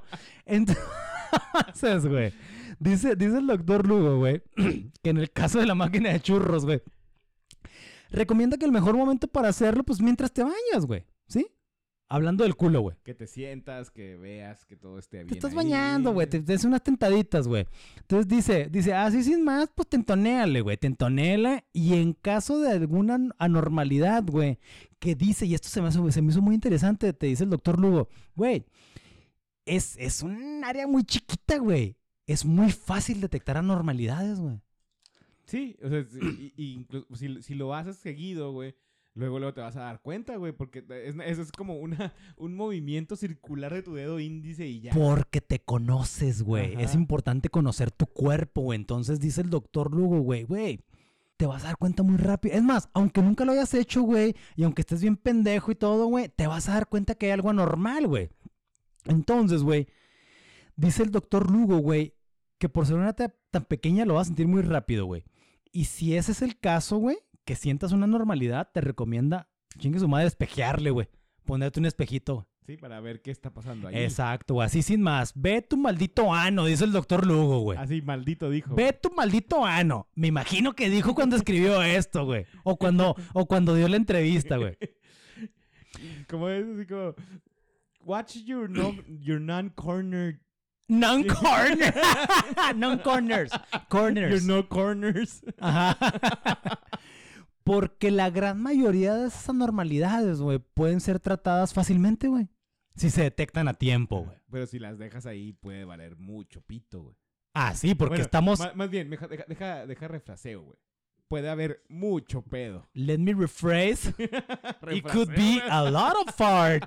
Speaker 1: Entonces, güey, dice, dice el doctor Lugo, güey, que en el caso de la máquina de churros, güey, recomienda que el mejor momento para hacerlo, pues mientras te bañas, güey, ¿sí? Hablando del culo, güey.
Speaker 2: Que te sientas, que veas que todo esté bien.
Speaker 1: Te estás
Speaker 2: ahí.
Speaker 1: bañando, güey. Te, te haces unas tentaditas, güey. Entonces dice, dice, así sin más, pues tentonéale, güey. Tentonéala. Y en caso de alguna an- anormalidad, güey, que dice, y esto se me, hace- se me hizo muy interesante, te dice el doctor Lugo, güey, es, es un área muy chiquita, güey. Es muy fácil detectar anormalidades, güey.
Speaker 2: Sí, o sea, sí, y- y incluso si, si lo haces seguido, güey, luego, luego te vas a dar cuenta, güey, porque es, eso es como una, un movimiento circular de tu dedo índice y ya.
Speaker 1: Porque te conoces, güey.
Speaker 2: Ajá.
Speaker 1: Es importante conocer tu cuerpo, güey. Entonces dice el doctor Lugo, güey, güey, te vas a dar cuenta muy rápido. Es más, aunque nunca lo hayas hecho, güey, y aunque estés bien pendejo y todo, güey, te vas a dar cuenta que hay algo anormal, güey. Entonces, güey, dice el doctor Lugo, güey, que por ser una ta- tan pequeña lo vas a sentir muy rápido, güey. Y si ese es el caso, güey, que sientas una normalidad, te recomienda, chingue su madre, espejearle, güey. Ponerte un espejito, güey.
Speaker 2: Sí, para ver qué está pasando ahí.
Speaker 1: Exacto, güey. Así sin más. Ve tu maldito ano, dice el doctor Lugo, güey.
Speaker 2: Así, maldito dijo.
Speaker 1: Ve tu maldito ano. Me imagino que dijo cuando escribió esto, güey. O cuando, o cuando dio la entrevista, güey.
Speaker 2: Como es así como... Watch your, no, your non-cornered...
Speaker 1: Non-corner. Non-corners. Corners.
Speaker 2: Your no corners.
Speaker 1: Ajá. Porque la gran mayoría de esas anormalidades, güey, pueden ser tratadas fácilmente, güey. Si se detectan a tiempo, güey.
Speaker 2: Pero si las dejas ahí puede valer mucho pito, güey.
Speaker 1: Ah, sí, porque
Speaker 2: Bueno,
Speaker 1: estamos...
Speaker 2: Más, más bien, deja, deja, deja, deja refraseo, güey. Puede haber mucho pedo.
Speaker 1: Let me rephrase. It could be a lot of fart.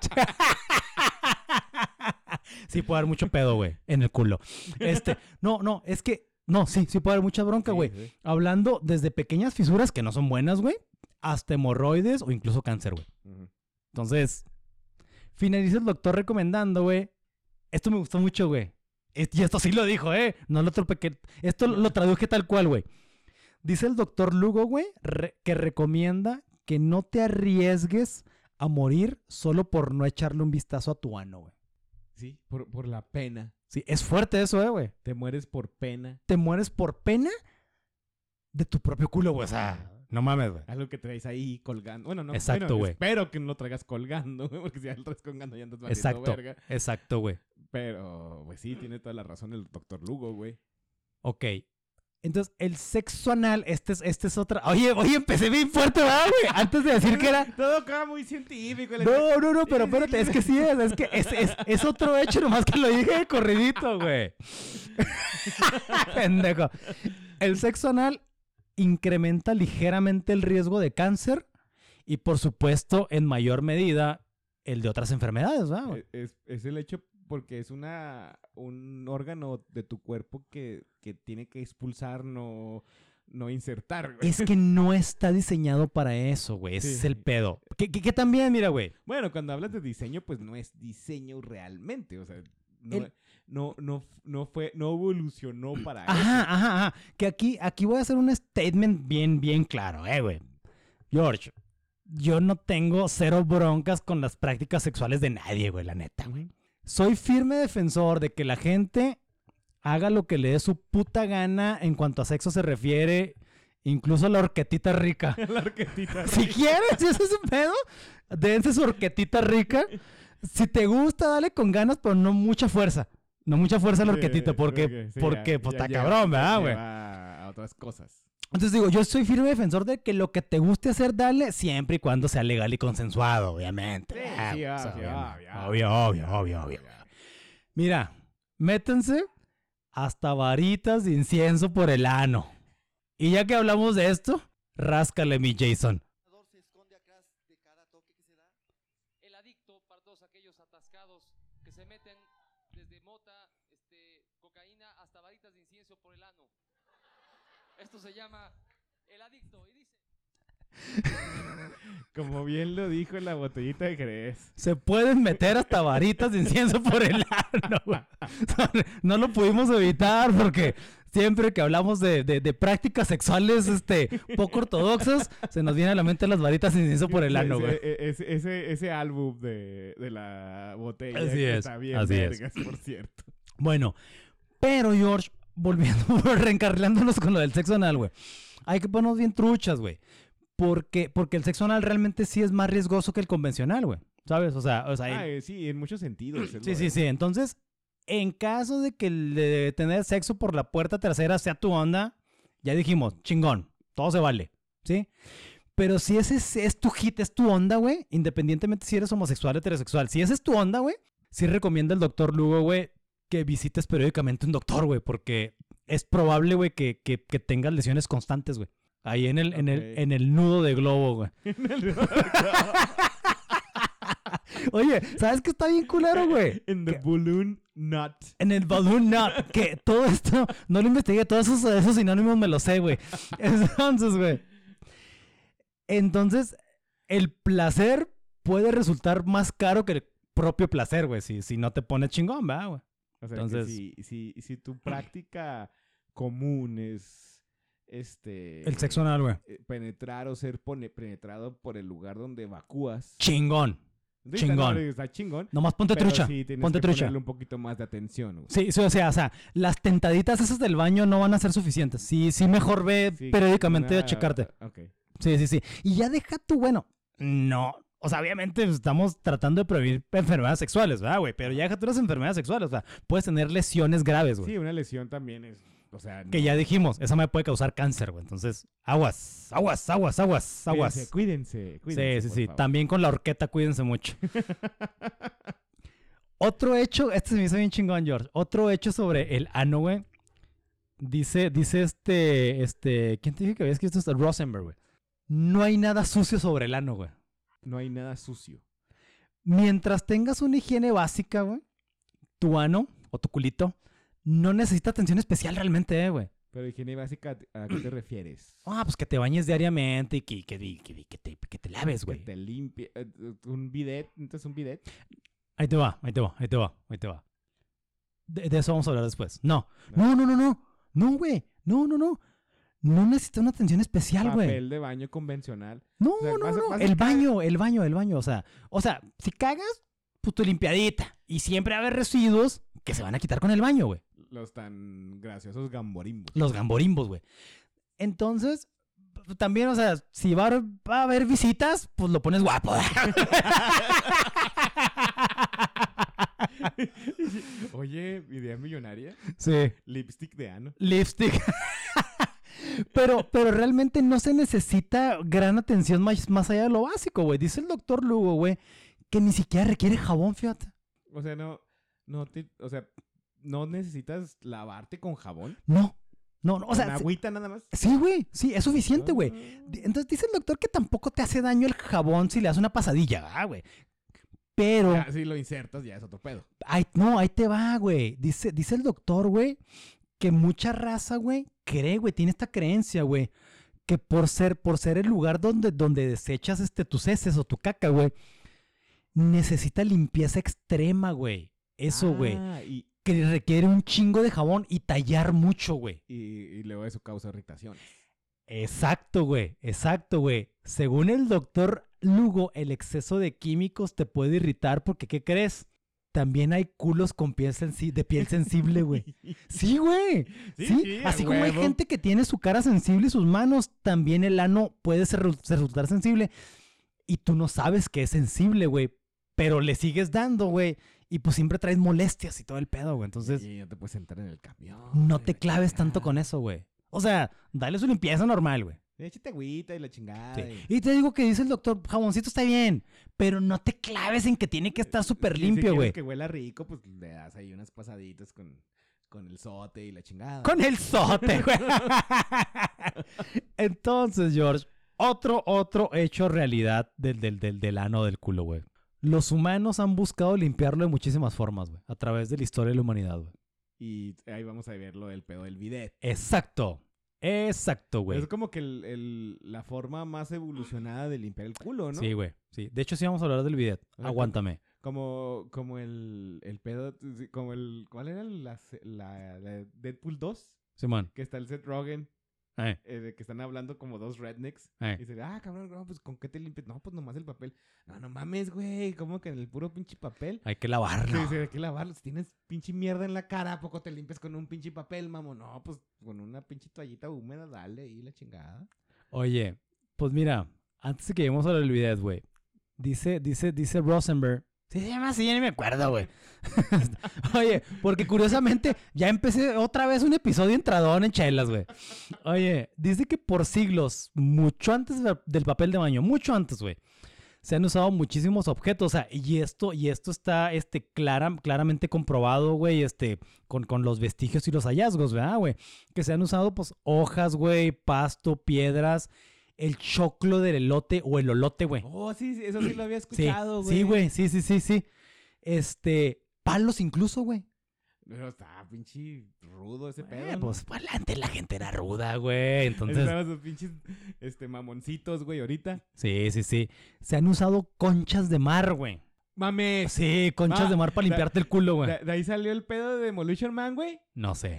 Speaker 1: Sí puede haber mucho pedo, güey, en el culo. Este, no, no, es que... No, sí, sí puede haber mucha bronca, güey. Sí, sí. Hablando desde pequeñas fisuras que no son buenas, güey, hasta hemorroides o incluso cáncer, güey. Uh-huh. Entonces, finaliza el doctor recomendando, güey. Esto me gustó mucho, güey. Y esto sí lo dijo, ¿eh? No lo tropequé. Esto lo traduje tal cual, güey. Dice el doctor Lugo, güey, re- que recomienda que no te arriesgues a morir solo por no echarle un vistazo a tu ano, güey.
Speaker 2: Sí, por, por la pena.
Speaker 1: Sí, es fuerte eso, eh, güey.
Speaker 2: Te mueres por pena.
Speaker 1: Te mueres por pena de tu propio culo, güey. O sea, no mames, güey.
Speaker 2: Algo que traes ahí colgando. Bueno, no.
Speaker 1: Exacto, güey.
Speaker 2: Bueno, espero que no lo traigas colgando, güey, porque si ya lo traes colgando ya andas valiendo
Speaker 1: Exacto,
Speaker 2: verga.
Speaker 1: exacto, güey.
Speaker 2: Pero, pues sí, tiene toda la razón el doctor Lugo, güey.
Speaker 1: Ok. Entonces, el sexo anal, este es, este es otra... Oye, oye, empecé bien fuerte, ¿verdad, güey? Antes de decir que era...
Speaker 2: Todo acá muy científico.
Speaker 1: No, no, no, pero espérate, es que sí es, es que es, es, es otro hecho, nomás que lo dije de corridito, güey. Pendejo. El sexo anal incrementa ligeramente el riesgo de cáncer y, por supuesto, en mayor medida, el de otras enfermedades, ¿verdad, güey?
Speaker 2: Es, es el hecho... Porque es una un órgano de tu cuerpo que, que tiene que expulsar, no, no insertar, güey.
Speaker 1: Es que no está diseñado para eso, güey. Ese sí. Es el pedo. Que, que, que también, mira, güey.
Speaker 2: Bueno, cuando hablas de diseño, pues no es diseño realmente. O sea, no, el... no, no, no fue, no evolucionó para
Speaker 1: ajá,
Speaker 2: eso.
Speaker 1: Ajá, ajá, ajá. Que aquí, aquí voy a hacer un statement bien, bien claro, eh, güey. George, yo no tengo cero broncas con las prácticas sexuales de nadie, güey, la neta, güey. Soy firme defensor de que la gente haga lo que le dé su puta gana en cuanto a sexo se refiere, incluso la horquetita rica.
Speaker 2: La horquetita rica.
Speaker 1: Si quieres, si ese es un pedo, dense su horquetita rica. Si te gusta, dale con ganas, pero no mucha fuerza. No mucha fuerza a la horquetita, porque, okay, sí, porque ya, pues ya, está ya, cabrón, ¿verdad, güey?
Speaker 2: A otras cosas.
Speaker 1: Entonces digo, yo soy firme defensor de que lo que te guste hacer, dale, siempre y cuando sea legal y consensuado, obviamente.
Speaker 2: Sí, ah, sí,
Speaker 1: pues,
Speaker 2: obvio,
Speaker 1: obvio, obvio, obvio, obvio, obvio. Mira, métanse hasta varitas de incienso por el ano. Y ya que hablamos de esto, ráscale, mi Jason.
Speaker 3: Se esconde atrás de cada toque que se da. El adicto, para todos aquellos atascados que se meten desde mota, este, cocaína, hasta varitas de incienso por el ano. Esto se llama el adicto y dice...
Speaker 2: Como bien lo dijo en la botellita de Jerez.
Speaker 1: Se pueden meter hasta varitas de incienso por el ano. No lo pudimos evitar porque siempre que hablamos de, de, de prácticas sexuales este, poco ortodoxas, se nos viene a la mente las varitas de incienso por el ano, güey.
Speaker 2: Ese, ese, ese, ese álbum de, de la botella
Speaker 1: así
Speaker 2: que
Speaker 1: es,
Speaker 2: está bien
Speaker 1: así
Speaker 2: vergas,
Speaker 1: es.
Speaker 2: por cierto.
Speaker 1: Bueno, pero George, volviendo, reencarrilándonos con lo del sexo anal, güey. Hay que ponernos bien truchas, güey. Porque, porque el sexo anal realmente sí es más riesgoso que el convencional, güey. ¿Sabes? O sea, o sea
Speaker 2: ah,
Speaker 1: el...
Speaker 2: sí, en muchos sentidos.
Speaker 1: Sí, sí, sí. Entonces, en caso de que el de tener sexo por la puerta trasera sea tu onda, ya dijimos, chingón, todo se vale, ¿sí? Pero si ese es, es tu hit, es tu onda, güey, independientemente si eres homosexual o heterosexual, si ese es tu onda, güey, sí recomienda el doctor Lugo, güey, que visites periódicamente un doctor, güey, porque es probable, güey, que, que, que tengas lesiones constantes, güey. Ahí en el, okay. en el, en el nudo de globo, güey. En el nudo de globo. Oye, ¿sabes qué está bien culero, güey?
Speaker 2: En the
Speaker 1: que,
Speaker 2: balloon knot.
Speaker 1: En el balloon knot. Que todo esto, no lo investigué, todos esos, esos sinónimos me los sé, güey. Entonces, güey. Entonces, el placer puede resultar más caro que el propio placer, güey, si, si no te pones chingón, ¿verdad, güey?
Speaker 2: O sea,
Speaker 1: entonces,
Speaker 2: si, si, si tu práctica común es... Este...
Speaker 1: El sexo anal, güey.
Speaker 2: Penetrar o ser pone, penetrado por el lugar donde evacúas.
Speaker 1: Chingón.
Speaker 2: Sí,
Speaker 1: Chingón.
Speaker 2: Está, no, está chingón.
Speaker 1: Nomás ponte
Speaker 2: pero
Speaker 1: trucha.
Speaker 2: sí tienes
Speaker 1: Ponte
Speaker 2: que
Speaker 1: trucha.
Speaker 2: ponerle un poquito más de atención, güey.
Speaker 1: Sí, sí, o sea, o sea, las tentaditas esas del baño no van a ser suficientes. Sí, sí, mejor ve
Speaker 2: Sí,
Speaker 1: periódicamente
Speaker 2: una-
Speaker 1: a checarte.
Speaker 2: Ok.
Speaker 1: Sí, sí, sí. Y ya deja tú, bueno, no. O sea, obviamente pues, estamos tratando de prevenir enfermedades sexuales, ¿verdad, güey? Pero ya deja tú las enfermedades sexuales, o sea, puedes tener lesiones graves, güey.
Speaker 2: Sí, una lesión también es, o sea...
Speaker 1: Que
Speaker 2: no.
Speaker 1: ya dijimos, esa me puede causar cáncer, güey. Entonces, aguas, aguas, aguas, aguas, aguas.
Speaker 2: Cuídense, cuídense, cuídense,
Speaker 1: Sí, sí,
Speaker 2: por
Speaker 1: sí.
Speaker 2: favor.
Speaker 1: También con la horqueta, cuídense mucho. Otro hecho, este se me hizo bien chingón, George. Otro hecho sobre el ano, güey. Dice, dice este, este, ¿quién te dijo que había escrito esto? Rosenberg, güey. No hay nada sucio sobre el ano, güey.
Speaker 2: No hay nada sucio.
Speaker 1: Mientras tengas una higiene básica, güey, tu ano o tu culito no necesita atención especial realmente, eh, güey.
Speaker 2: Pero higiene básica, ¿a qué te refieres?
Speaker 1: Ah, pues que te bañes diariamente y que, que, que, que- que te, que te laves,
Speaker 2: Que
Speaker 1: güey.
Speaker 2: te limpie. eh, ¿Un bidet? ¿Entonces un bidet?
Speaker 1: Ahí te va, ahí te va, ahí te va, ahí te va. De, de eso vamos a hablar después. No, no, no, no, no. No, güey. No, no, no. No necesita una atención especial, güey.
Speaker 2: Papel de baño convencional.
Speaker 1: No,
Speaker 2: O sea,
Speaker 1: no,
Speaker 2: vas a-
Speaker 1: no.
Speaker 2: vas a
Speaker 1: El
Speaker 2: cagar-
Speaker 1: baño, el baño, el baño. O sea, o sea, si cagas, pues tu limpiadita. Y siempre va a haber residuos que se van a quitar con el baño, güey.
Speaker 2: Los tan graciosos gamborimbos.
Speaker 1: Los gamborimbos, güey. Entonces, p- también, o sea, si va a, va a haber visitas, pues lo pones guapo.
Speaker 2: Oye, idea millonaria.
Speaker 1: Sí.
Speaker 2: Lipstick de ano.
Speaker 1: Lipstick. pero, pero realmente no se necesita gran atención más, más allá de lo básico, güey. Dice el doctor Lugo, güey, que ni siquiera requiere jabón, fíjate.
Speaker 2: O sea, no, no te, o sea, no necesitas lavarte con jabón.
Speaker 1: No, no, no. O
Speaker 2: Con
Speaker 1: sea, sí-
Speaker 2: agüita nada más.
Speaker 1: sí, güey. Sí, es suficiente, güey.
Speaker 2: Ah.
Speaker 1: Di- Entonces dice el doctor que tampoco te hace daño el jabón si le das una pasadilla, ah, güey. Pero,
Speaker 2: Ya, si lo insertas ya es otro pedo.
Speaker 1: ahí, no, ahí te va, güey. Dice, dice el doctor, güey, que mucha raza, güey, cree, güey, tiene esta creencia, güey, que por ser, por ser el lugar donde, donde desechas este, tus heces o tu caca, güey, necesita limpieza extrema, güey. Eso, güey.
Speaker 2: Ah, y,
Speaker 1: Que requiere un chingo de jabón y tallar mucho, güey.
Speaker 2: y, y luego eso causa irritaciones.
Speaker 1: Exacto, güey. Exacto, güey. Según el doctor Lugo, el exceso de químicos te puede irritar porque, ¿qué crees? También hay culos con piel sensi- de piel sensible, güey. Sí, güey.
Speaker 2: Sí,
Speaker 1: Sí,
Speaker 2: sí, a
Speaker 1: así como hay
Speaker 2: huevo.
Speaker 1: gente que tiene su cara sensible y sus manos, también el ano puede ser, resultar sensible. Y tú no sabes que es sensible, güey. Pero le sigues dando, güey. Y pues siempre traes molestias y todo el pedo, güey. Entonces,
Speaker 2: Y no te puedes sentar en el camión.
Speaker 1: no
Speaker 2: y
Speaker 1: te
Speaker 2: la
Speaker 1: claves tanto
Speaker 2: chingada.
Speaker 1: con eso, güey. O sea, dale su limpieza normal, güey.
Speaker 2: Échate agüita y la chingada.
Speaker 1: Sí.
Speaker 2: y-
Speaker 1: Y te digo que dice el doctor, jaboncito está bien, pero no te claves en que tiene que estar súper
Speaker 2: Y si
Speaker 1: limpio,
Speaker 2: quieres
Speaker 1: güey.
Speaker 2: que huela rico, pues le das ahí unas pasaditas con, con el sote y la chingada.
Speaker 1: Con el sote, güey. Entonces, George, otro, otro hecho realidad del, del, del, del ano del culo, güey. Los humanos han buscado limpiarlo de muchísimas formas, güey. A través de la historia de la humanidad, güey.
Speaker 2: Y ahí vamos a ver lo del pedo del bidet.
Speaker 1: Exacto. Exacto, güey.
Speaker 2: Es como que el, el- la forma más evolucionada de limpiar el culo, ¿no?
Speaker 1: Sí, güey. Sí. De hecho, sí vamos a hablar del bidet.
Speaker 2: Ajá,
Speaker 1: Aguántame.
Speaker 2: Como, como el, el pedo, sí, como el, ¿cuál era la, se- la, la Deadpool dos?
Speaker 1: Simón.
Speaker 2: Que está el Seth Rogen,
Speaker 1: Eh,
Speaker 2: eh, de que están hablando como dos rednecks.
Speaker 1: eh.
Speaker 2: Y dice, ah, cabrón, no, pues ¿con qué te limpias? No, pues nomás el papel. No, no mames, güey, ¿cómo que en el puro pinche papel?
Speaker 1: Hay que
Speaker 2: Sí,
Speaker 1: lavarlo.
Speaker 2: sí, hay que lavarlo. Si tienes pinche mierda en la cara, ¿a poco te limpias con un pinche papel, mamo? No, pues con una pinche toallita húmeda, dale ahí la chingada.
Speaker 1: Oye, pues mira, antes de que lleguemos a lo del bidet, güey. Dice, dice, dice Rosenberg. Sí, se llama así, ya ni me acuerdo, güey. Oye, porque curiosamente ya empecé otra vez un episodio entradón en chelas, güey. Oye, dice que por siglos, mucho antes de- del papel de baño, mucho antes, güey, se han usado muchísimos objetos, o sea, y esto, y esto está, este, clara, claramente comprobado, güey, este, con, con los vestigios y los hallazgos, ¿verdad, güey? Que se han usado, pues, hojas, güey, pasto, piedras, el choclo del elote o el olote, güey.
Speaker 2: Oh, sí, sí, eso sí lo había
Speaker 1: Sí,
Speaker 2: escuchado, güey.
Speaker 1: sí, güey, sí, sí, sí, sí. Este, palos incluso, güey.
Speaker 2: Pero está pinche rudo ese pedo.
Speaker 1: Eh,
Speaker 2: ¿no?
Speaker 1: pues, para adelante la gente era ruda, güey, entonces...
Speaker 2: Estaban sus pinches este, mamoncitos, güey, ahorita.
Speaker 1: Sí, sí, sí. Se han usado conchas de mar, güey.
Speaker 2: Mames.
Speaker 1: Sí, conchas
Speaker 2: Ah,
Speaker 1: de mar para
Speaker 2: da-
Speaker 1: limpiarte el culo, güey.
Speaker 2: De, de ahí salió el pedo de Demolition Man, güey.
Speaker 1: No sé.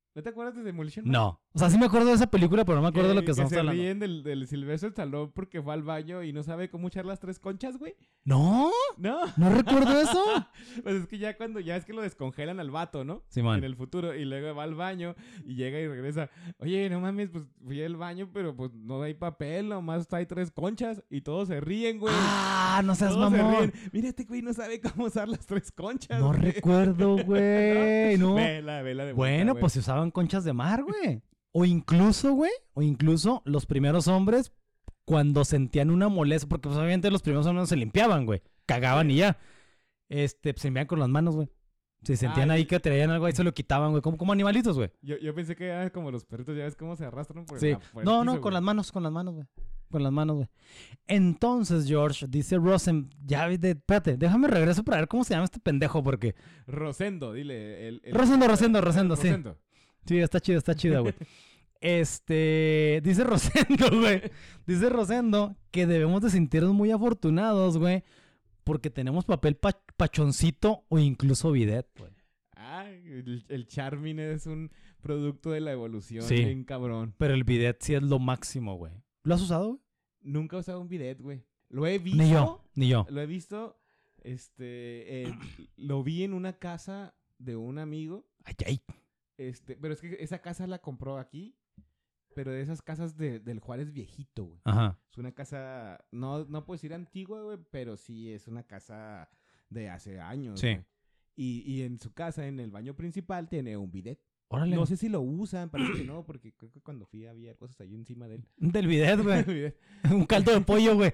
Speaker 2: ¿No te acuerdas de Demolition?
Speaker 1: No. O sea, sí me acuerdo de esa película, pero no me acuerdo de lo que estamos
Speaker 2: se
Speaker 1: hablando.
Speaker 2: ríen del, del Sylvester Stallone porque fue al baño y no sabe cómo echar las tres conchas, güey.
Speaker 1: No,
Speaker 2: No.
Speaker 1: no recuerdo eso.
Speaker 2: Pues es que ya cuando, ya es que lo descongelan al vato, ¿no?
Speaker 1: Simón.
Speaker 2: En el futuro. Y luego va al baño y llega y regresa. Oye, no mames, pues fui al baño, pero pues no hay papel, nomás hay tres conchas. Y todos se ríen, güey.
Speaker 1: Ah, no seas
Speaker 2: Todos se
Speaker 1: mamón.
Speaker 2: ríen. Mira, este güey no sabe cómo usar las tres conchas.
Speaker 1: No
Speaker 2: güey.
Speaker 1: recuerdo, güey. No.
Speaker 2: Vela, vela de vuelta,
Speaker 1: Bueno,
Speaker 2: güey.
Speaker 1: pues se usaban conchas de mar, güey. O incluso, güey, o incluso los primeros hombres cuando sentían una molestia, porque pues obviamente los primeros hombres no se limpiaban, güey. Cagaban y ya. Este, pues se limpiaban con las manos, güey. Si sentían
Speaker 2: Ah,
Speaker 1: ahí
Speaker 2: y-
Speaker 1: que traían algo ahí se lo quitaban, güey. Como, como animalitos, güey.
Speaker 2: Yo, yo pensé que era como los perritos, ya ves cómo se arrastran por el,
Speaker 1: Sí.
Speaker 2: por el
Speaker 1: No,
Speaker 2: piso,
Speaker 1: no,
Speaker 2: güey.
Speaker 1: con las manos, con las manos, güey. Con las manos, güey. Entonces, George, dice Rosen, ya, de, espérate, déjame regreso para ver cómo se llama este pendejo, porque...
Speaker 2: Rosendo, dile. El, el-
Speaker 1: Rosendo, Rosendo,
Speaker 2: el-
Speaker 1: Rosendo, sí.
Speaker 2: Rosendo.
Speaker 1: Sí, está chido, está chido, güey. Este, dice Rosendo, güey. Dice Rosendo que debemos de sentirnos muy afortunados, güey, porque tenemos papel pa- pachoncito o incluso bidet, güey.
Speaker 2: Ah, el, el Charmin es un producto de la evolución,
Speaker 1: Sí.
Speaker 2: bien cabrón.
Speaker 1: Pero el bidet sí es lo máximo, güey. ¿Lo has usado, güey?
Speaker 2: Nunca he usado un bidet, güey. Lo he visto.
Speaker 1: Ni yo, ni yo.
Speaker 2: Lo he visto. Este. eh, lo vi en una casa de un amigo.
Speaker 1: Ay, ay.
Speaker 2: Este. Pero es que esa casa la compró aquí. Pero de esas casas de, del Juárez viejito, güey.
Speaker 1: Ajá.
Speaker 2: Es una casa. No, no puedo decir antigua, güey. Pero sí es una casa de hace años.
Speaker 1: Sí.
Speaker 2: güey. Y, y en su casa, en el baño principal, tiene un bidet.
Speaker 1: Órale.
Speaker 2: No sé si lo usan, parece que no, porque creo que cuando fui había cosas ahí encima de él.
Speaker 1: Del bidet, güey.
Speaker 2: El bidet.
Speaker 1: Un caldo de pollo, güey.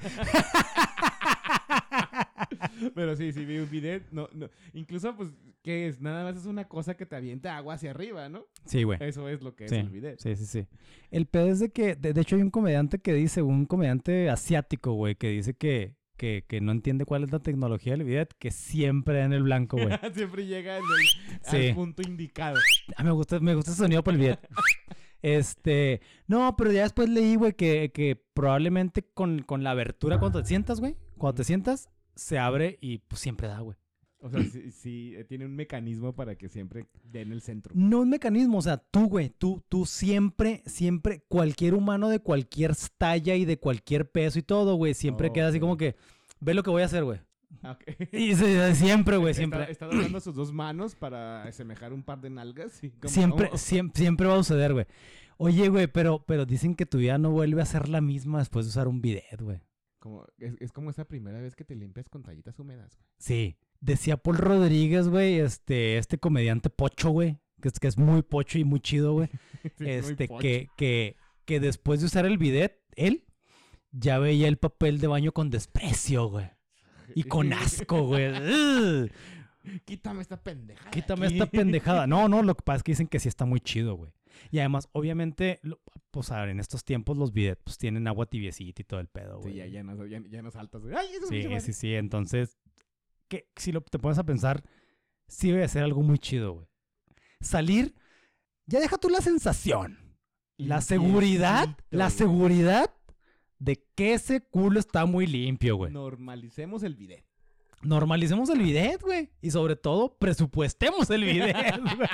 Speaker 2: Pero sí, sí vi un bidet. No, no. Incluso, pues, ¿qué es? Nada más es una cosa que te avienta agua hacia arriba, ¿no?
Speaker 1: Sí, güey.
Speaker 2: Eso es lo que
Speaker 1: Sí,
Speaker 2: es el bidet.
Speaker 1: sí, sí, sí. El pedo es de que, de, de hecho hay un comediante que dice, un comediante asiático, güey, que dice que, que, que no entiende cuál es la tecnología del bidet, que siempre da en el blanco, güey.
Speaker 2: Siempre llega en el,
Speaker 1: Sí.
Speaker 2: al punto indicado.
Speaker 1: Ah, me gusta, me gusta ese sonido por el bidet. Este, no, pero ya después leí, güey, que, que probablemente con, con la abertura cuando te sientas, güey, cuando te sientas, se abre y pues siempre da, güey.
Speaker 2: O sea, sí, sí, eh, tiene un mecanismo para que siempre dé en el centro.
Speaker 1: No un mecanismo, o sea, tú, güey, tú, tú siempre, siempre, cualquier humano de cualquier talla y de cualquier peso y todo, güey, siempre
Speaker 2: Oh,
Speaker 1: queda así
Speaker 2: ok.
Speaker 1: como que, ve lo que voy a hacer, güey.
Speaker 2: Ah, ok.
Speaker 1: Y se- siempre, güey, siempre.
Speaker 2: Está, está doblando sus dos manos para asemejar un par de nalgas. y como-
Speaker 1: Siempre,
Speaker 2: oh,
Speaker 1: siempre, siempre va a suceder, güey. Oye, güey, pero, pero dicen que tu vida no vuelve a ser la misma después de usar un bidet, güey.
Speaker 2: como, es, es como esa primera vez que te limpias con toallitas húmedas, güey.
Speaker 1: Sí. Decía Paul Rodríguez, güey, este, este comediante pocho, güey, que es, que es muy pocho y muy chido, güey.
Speaker 2: Sí, muy
Speaker 1: este,
Speaker 2: pocho.
Speaker 1: que, que, que después de usar el bidet, él ya veía el papel de baño con desprecio, güey. Y con asco, güey. Ugh.
Speaker 2: Quítame esta pendejada.
Speaker 1: Quítame
Speaker 2: aquí.
Speaker 1: esta pendejada. No, no, lo que pasa es que dicen que sí está muy chido, güey. Y además, obviamente, lo- pues a ver, en estos tiempos los bidets pues tienen agua tibiecita y todo el pedo, güey.
Speaker 2: Sí, ya, ya, no, ya, ya no saltas. güey. Ay, eso
Speaker 1: Sí,
Speaker 2: pinche madre.
Speaker 1: sí, sí. Entonces, que si lo, te pones a pensar, sí debe ser algo muy chido, güey. Salir, ya deja tú la sensación. La seguridad,
Speaker 2: Limpiecito,
Speaker 1: la
Speaker 2: güey.
Speaker 1: seguridad de que ese culo está muy limpio, güey.
Speaker 2: Normalicemos el bidet.
Speaker 1: Normalicemos el bidet, güey. Y sobre todo, presupuestemos el bidet, güey.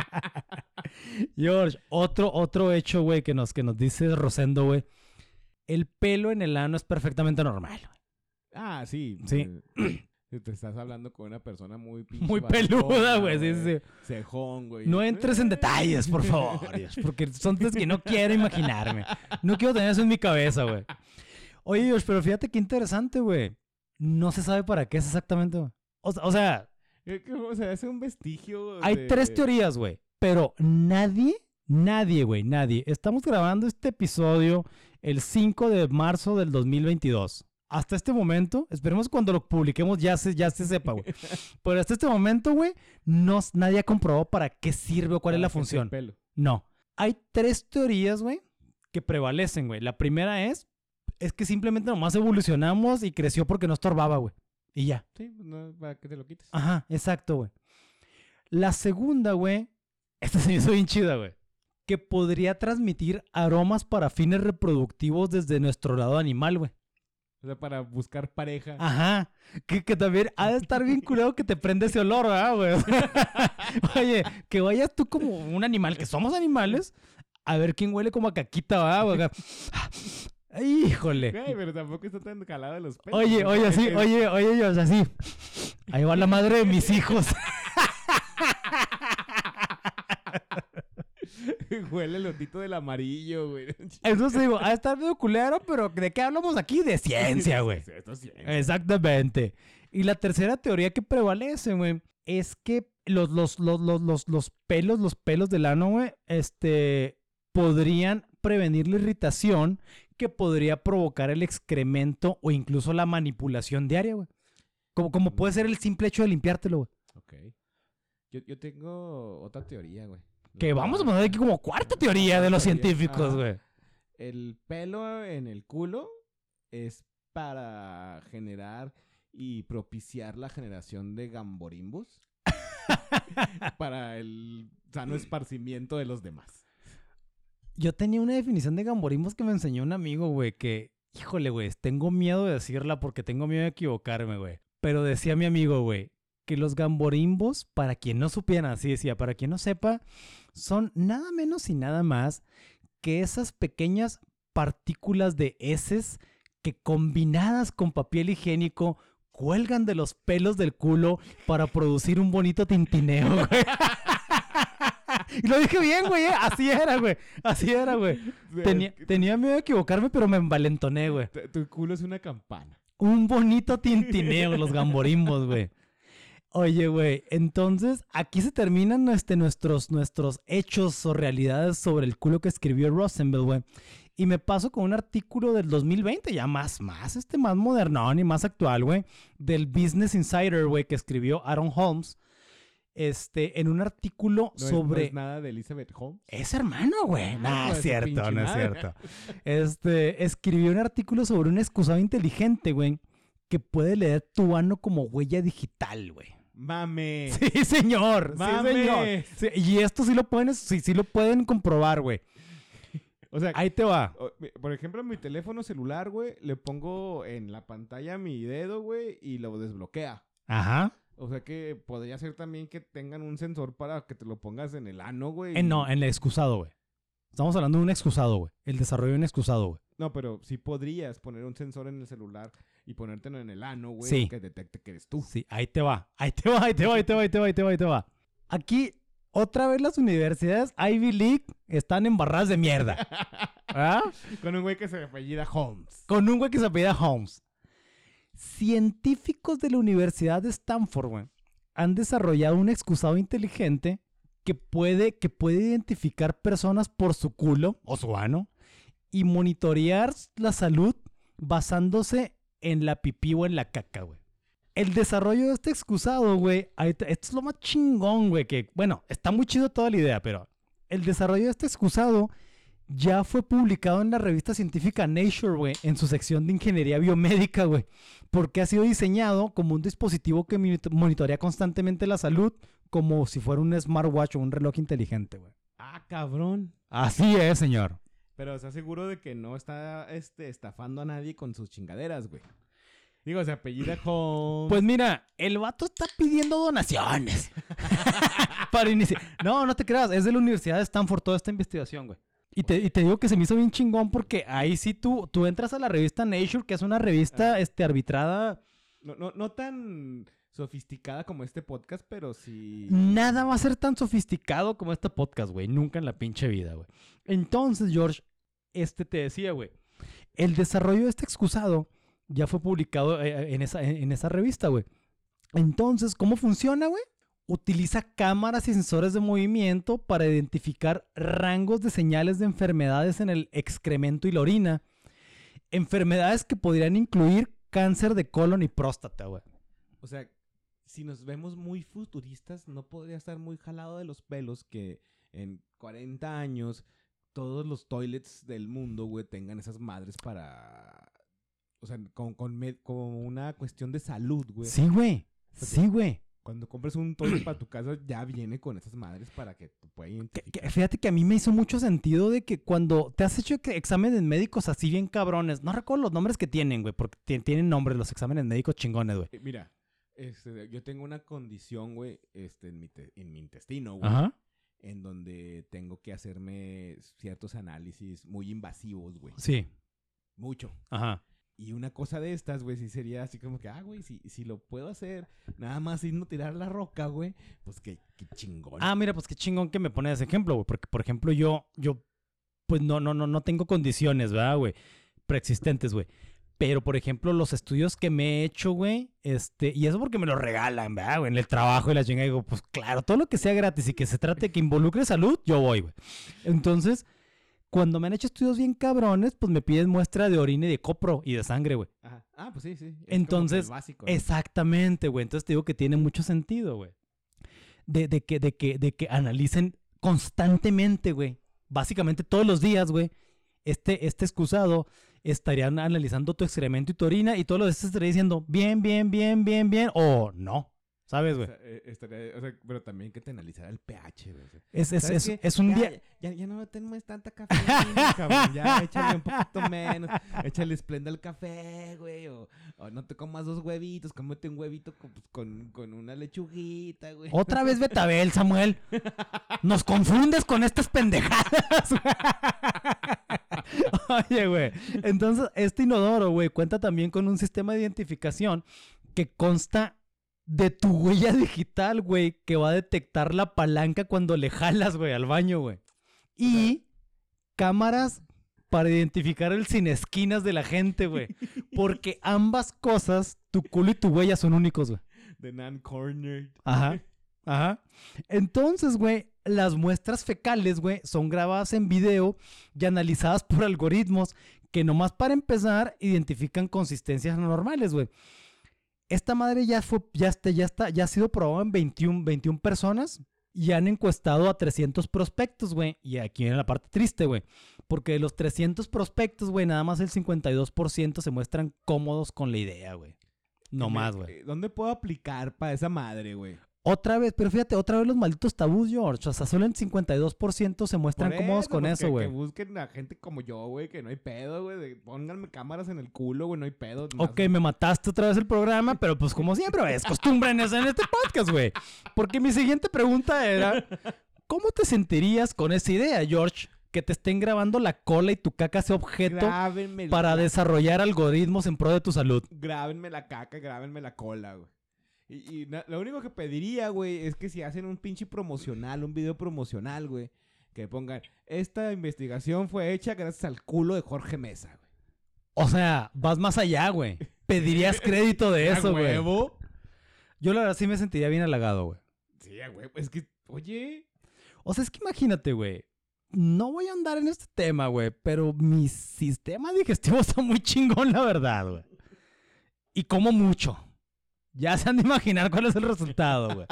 Speaker 1: George, otro, otro hecho, güey, que nos, que nos dice Rosendo, güey. El pelo en el ano es perfectamente normal, güey.
Speaker 2: Ah, sí.
Speaker 1: Sí.
Speaker 2: eh, Te estás hablando con una persona muy pinche
Speaker 1: Muy
Speaker 2: barrigona,
Speaker 1: peluda, güey. Sí, sí, sí.
Speaker 2: Cejón, güey.
Speaker 1: No entres en detalles, por favor, George, porque son cosas que no quiero imaginarme. No quiero tener eso en mi cabeza, güey. Oye, George, pero fíjate qué interesante, güey. No se sabe para qué es exactamente, güey. O, sea- o sea,
Speaker 2: Eh, que, O sea, es un vestigio.
Speaker 1: hay
Speaker 2: de-
Speaker 1: tres teorías, güey. Pero nadie, nadie, güey, nadie. Estamos grabando este episodio el cinco de marzo del dos mil veintidós. Hasta este momento, esperemos cuando lo publiquemos ya se, ya se sepa, güey. Pero hasta este momento, güey, no, nadie ha comprobado para qué sirve o cuál es
Speaker 2: para
Speaker 1: la
Speaker 2: que sea
Speaker 1: función.
Speaker 2: pelo.
Speaker 1: No. Hay tres teorías, güey, que prevalecen, güey. La primera es, es que simplemente nomás evolucionamos y creció porque no estorbaba, güey. Y ya.
Speaker 2: Sí, pues no, para que te lo quites.
Speaker 1: Ajá, exacto, güey. La segunda, güey, esta se me hizo bien chida, güey. Que podría transmitir aromas para fines reproductivos desde nuestro lado animal, güey.
Speaker 2: O sea, para buscar pareja.
Speaker 1: Ajá. Que, que también ha de estar vinculado que te prende ese olor, ¿verdad, güey? Oye, que vayas tú como un animal, que somos animales, a ver quién huele como a caquita, ¿va? O acá. Híjole.
Speaker 2: Güey, pero tampoco está tan calado de los pelos.
Speaker 1: Oye, oye, así, oye, oye, yo, o sea, así. Ahí va la madre de mis hijos.
Speaker 2: Huele el lotito del amarillo, güey.
Speaker 1: Eso sí, digo, a estar medio culero, pero ¿de qué hablamos aquí? De ciencia, güey.
Speaker 2: Esto es ciencia.
Speaker 1: Exactamente. Y la tercera teoría que prevalece, güey, es que los, los, los, los, los, los pelos, los pelos del ano, güey, este, podrían prevenir la irritación que podría provocar el excremento o incluso la manipulación diaria, güey. Como, como puede ser el simple hecho de limpiártelo, güey.
Speaker 2: Ok. Yo, yo tengo otra teoría, güey.
Speaker 1: Que vamos a poner aquí como cuarta teoría de los científicos,
Speaker 2: Ajá.
Speaker 1: güey.
Speaker 2: El pelo en el culo es para generar y propiciar la generación de gamborimbos para el sano esparcimiento de los demás.
Speaker 1: Yo tenía una definición de gamborimbos que me enseñó un amigo, güey, que, híjole, güey, tengo miedo de decirla porque tengo miedo de equivocarme, güey. Pero decía mi amigo, güey, que los gamborimbos, para quien no supiera, así decía, para quien no sepa, son nada menos y nada más que esas pequeñas partículas de heces que combinadas con papel higiénico cuelgan de los pelos del culo para producir un bonito tintineo, güey. Y lo dije bien, güey, ¿eh? Así era, güey. Así era, güey. Tenía, tenía miedo de equivocarme, pero me envalentoné, güey.
Speaker 2: Tu, tu culo es una campana.
Speaker 1: Un bonito tintineo, los gamborimbos, güey. Oye, güey, entonces aquí se terminan este, nuestros, nuestros hechos o realidades sobre el culo que escribió Rosenbell, güey. Y me paso con un artículo del dos mil veinte, ya más, más, este, más modernón y más actual, güey, del Business Insider, güey, que escribió Aaron Holmes, este, en un artículo
Speaker 2: No
Speaker 1: sobre...
Speaker 2: es, no es nada de Elizabeth Holmes.
Speaker 1: Es hermano, güey. No,
Speaker 2: Ah,
Speaker 1: es
Speaker 2: su
Speaker 1: cierto,
Speaker 2: pinche
Speaker 1: no es
Speaker 2: madre.
Speaker 1: cierto. Este, escribió un artículo sobre un excusado inteligente, güey, que puede leer tu ano como huella digital, güey.
Speaker 2: Mames.
Speaker 1: Sí, señor. Sí,
Speaker 2: Mames.
Speaker 1: señor. Sí, y esto sí lo pueden, sí, sí lo pueden comprobar, güey.
Speaker 2: O sea,
Speaker 1: Ahí te va.
Speaker 2: o- mi- por ejemplo, en mi teléfono celular, güey, le pongo en la pantalla mi dedo, güey, y lo desbloquea.
Speaker 1: Ajá.
Speaker 2: O sea que podría ser también que tengan un sensor para que te lo pongas en el ano, güey.
Speaker 1: Eh, no, en el excusado, güey. Estamos hablando de un excusado, güey. El desarrollo de un excusado, güey.
Speaker 2: No, pero sí podrías poner un sensor en el celular y ponértelo en el ano, güey,
Speaker 1: Sí.
Speaker 2: que detecte que eres tú.
Speaker 1: Sí, ahí te va. Ahí te va, ahí te va, ahí te va, ahí te va, ahí te va, ahí te va. Aquí, otra vez las universidades Ivy League están embarradas de mierda. ¿Ah?
Speaker 2: Con un güey que se apellida Holmes.
Speaker 1: Con un güey que se apellida Holmes. Científicos de la Universidad de Stanford, güey, han desarrollado un excusado inteligente que puede, que puede identificar personas por su culo o su ano y monitorear la salud basándose en la pipí o en la caca, güey. El desarrollo de este excusado, güey, ahí te- esto es lo más chingón, güey, que, bueno, está muy chido toda la idea, pero el desarrollo de este excusado ya fue publicado en la revista científica Nature, güey, en su sección de ingeniería biomédica, güey, porque ha sido diseñado como un dispositivo que monito- monitorea constantemente la salud, como si fuera un smartwatch o un reloj inteligente, güey.
Speaker 2: Ah, cabrón.
Speaker 1: Así es, señor.
Speaker 2: Pero ¿estás seguro de que no está este, estafando a nadie con sus chingaderas, güey? Digo, se apellida Holmes.
Speaker 1: Pues mira, el vato está pidiendo donaciones. Para iniciar. No, no te creas, es de la Universidad de Stanford toda esta investigación, güey. Y te, y te digo que se me hizo bien chingón porque ahí sí tú, tú entras a la revista Nature, que es una revista este, arbitrada.
Speaker 2: No, no, no tan sofisticada como este podcast, pero sí...
Speaker 1: Nada va a ser tan sofisticado como este podcast, güey. Nunca en la pinche vida, güey. Entonces, George, este te decía, güey. El desarrollo de este excusado ya fue publicado eh, en, esa, en esa revista, güey. Entonces, ¿cómo funciona, güey? Utiliza cámaras y sensores de movimiento para identificar rangos de señales de enfermedades en el excremento y la orina. Enfermedades que podrían incluir cáncer de colon y próstata, güey.
Speaker 2: O sea, si nos vemos muy futuristas, no podría estar muy jalado de los pelos que en cuarenta años todos los toilets del mundo, güey, tengan esas madres para... O sea, con, con, med- con una cuestión de salud, güey.
Speaker 1: Sí, güey. Sí, güey.
Speaker 2: Cuando compres un toilet para tu casa, ya viene con esas madres para que tú puedas
Speaker 1: Que-
Speaker 2: identificar.
Speaker 1: que- fíjate que a mí me hizo mucho sentido de que cuando te has hecho que- exámenes médicos así bien cabrones, no recuerdo los nombres que tienen, güey, porque ti- tienen nombres los exámenes médicos chingones, güey.
Speaker 2: Eh, Mira, Este, yo tengo una condición, güey, este, en mi, te- en mi intestino, güey.
Speaker 1: Ajá.
Speaker 2: En donde tengo que hacerme ciertos análisis muy invasivos, güey.
Speaker 1: Sí.
Speaker 2: Mucho.
Speaker 1: Ajá.
Speaker 2: Y una cosa de estas, güey, sí sería así como que, ah, güey, si, si lo puedo hacer, nada más sin no tirar la roca, güey, pues qué, qué chingón.
Speaker 1: Ah, mira, pues qué chingón que me pones ese ejemplo, güey. Porque, por ejemplo, yo, yo, pues no, no, no, no tengo condiciones, ¿verdad, güey? Preexistentes, güey. Pero, por ejemplo, los estudios que me he hecho, güey, este, y eso porque me lo regalan, ¿verdad, güey? En el trabajo y la chingada, digo, pues claro, todo lo que sea gratis y que se trate de que involucre salud, yo voy, güey. Entonces, cuando me han hecho estudios bien cabrones, pues me piden muestra de orina y de copro y de sangre, güey.
Speaker 2: Ajá. Ah, pues sí, sí. Es como que
Speaker 1: Entonces,
Speaker 2: el básico, ¿no?
Speaker 1: Exactamente, güey. Entonces te digo que tiene mucho sentido, güey. De, de, que, de, que, de que analicen constantemente, güey. Básicamente todos los días, güey. Este, este excusado estarían analizando tu excremento y tu orina y todos los días te estaría diciendo bien, bien, bien, bien, bien o no. ¿Sabes,
Speaker 2: O
Speaker 1: güey?
Speaker 2: sea, eh, estaría- o sea, pero también que te analizara el pH, güey. O sea,
Speaker 1: Es, es,
Speaker 2: ¿sabes
Speaker 1: es,
Speaker 2: qué?
Speaker 1: es un
Speaker 2: ya,
Speaker 1: día...
Speaker 2: Ya, ya no tenemos tanta cafeína, cabrón. Ya échale un poquito menos. Échale esplenda al café, güey. O, o no te comas dos huevitos. Cómete un huevito con, pues, con, con una lechuguita, güey.
Speaker 1: Otra vez Betabel, Samuel. Nos confundes con estas pendejadas. Oye, güey. Entonces, este inodoro, güey, cuenta también con un sistema de identificación que consta de tu huella digital, güey, que va a detectar la palanca cuando le jalas, güey, al baño, güey. Y cámaras para identificar el sin esquinas de la gente, güey. Porque ambas cosas, tu culo y tu huella, son únicos, güey.
Speaker 2: The non-cornered.
Speaker 1: Ajá, ajá. Entonces, güey, las muestras fecales, güey, son grabadas en video y analizadas por algoritmos que nomás para empezar identifican consistencias anormales, güey. Esta madre ya fue, ya está, ya está, ya ha sido probada en veintiuna, veintiuna personas y han encuestado a trescientos prospectos, güey. Y aquí viene la parte triste, güey. Porque de los trescientos prospectos, güey, nada más el cincuenta y dos por ciento se muestran cómodos con la idea, güey. No más, güey.
Speaker 2: Eh, ¿Dónde puedo aplicar para esa madre, güey?
Speaker 1: Otra vez, pero fíjate, otra vez los malditos tabús, George. O sea, solo el cincuenta y dos por ciento se muestran
Speaker 2: Por
Speaker 1: cómodos con
Speaker 2: pues,
Speaker 1: eso,
Speaker 2: que-
Speaker 1: güey.
Speaker 2: Que busquen a gente como yo, güey, que no hay pedo, güey. de- Pónganme cámaras en el culo, güey, no hay pedo. nomás-
Speaker 1: Ok, me mataste otra vez el programa, pero pues como siempre, güey, es costumbre en, ese- en este podcast, güey. Porque mi siguiente pregunta era, ¿cómo te sentirías con esa idea, George? Que te estén grabando la cola y tu caca sea objeto
Speaker 2: Grábenme el-
Speaker 1: para
Speaker 2: la-
Speaker 1: desarrollar algoritmos en pro de tu salud.
Speaker 2: Grábenme la caca, grábenme la cola, güey. Y, y na- lo único que pediría, güey, es que si hacen un pinche promocional, un video promocional, güey, que pongan, esta investigación fue hecha gracias al culo de Jorge Mesa, güey.
Speaker 1: O sea, vas más allá, güey. Pedirías crédito de eso,
Speaker 2: ¿A
Speaker 1: güey.
Speaker 2: huevo?
Speaker 1: Yo la verdad sí me sentiría bien halagado, güey.
Speaker 2: Sí, güey, es que, oye...
Speaker 1: O sea, es que imagínate, güey. No voy a andar en este tema, güey, pero mi sistema digestivo está muy chingón, la verdad, güey. Y como mucho. Ya se han de imaginar cuál es el resultado, güey.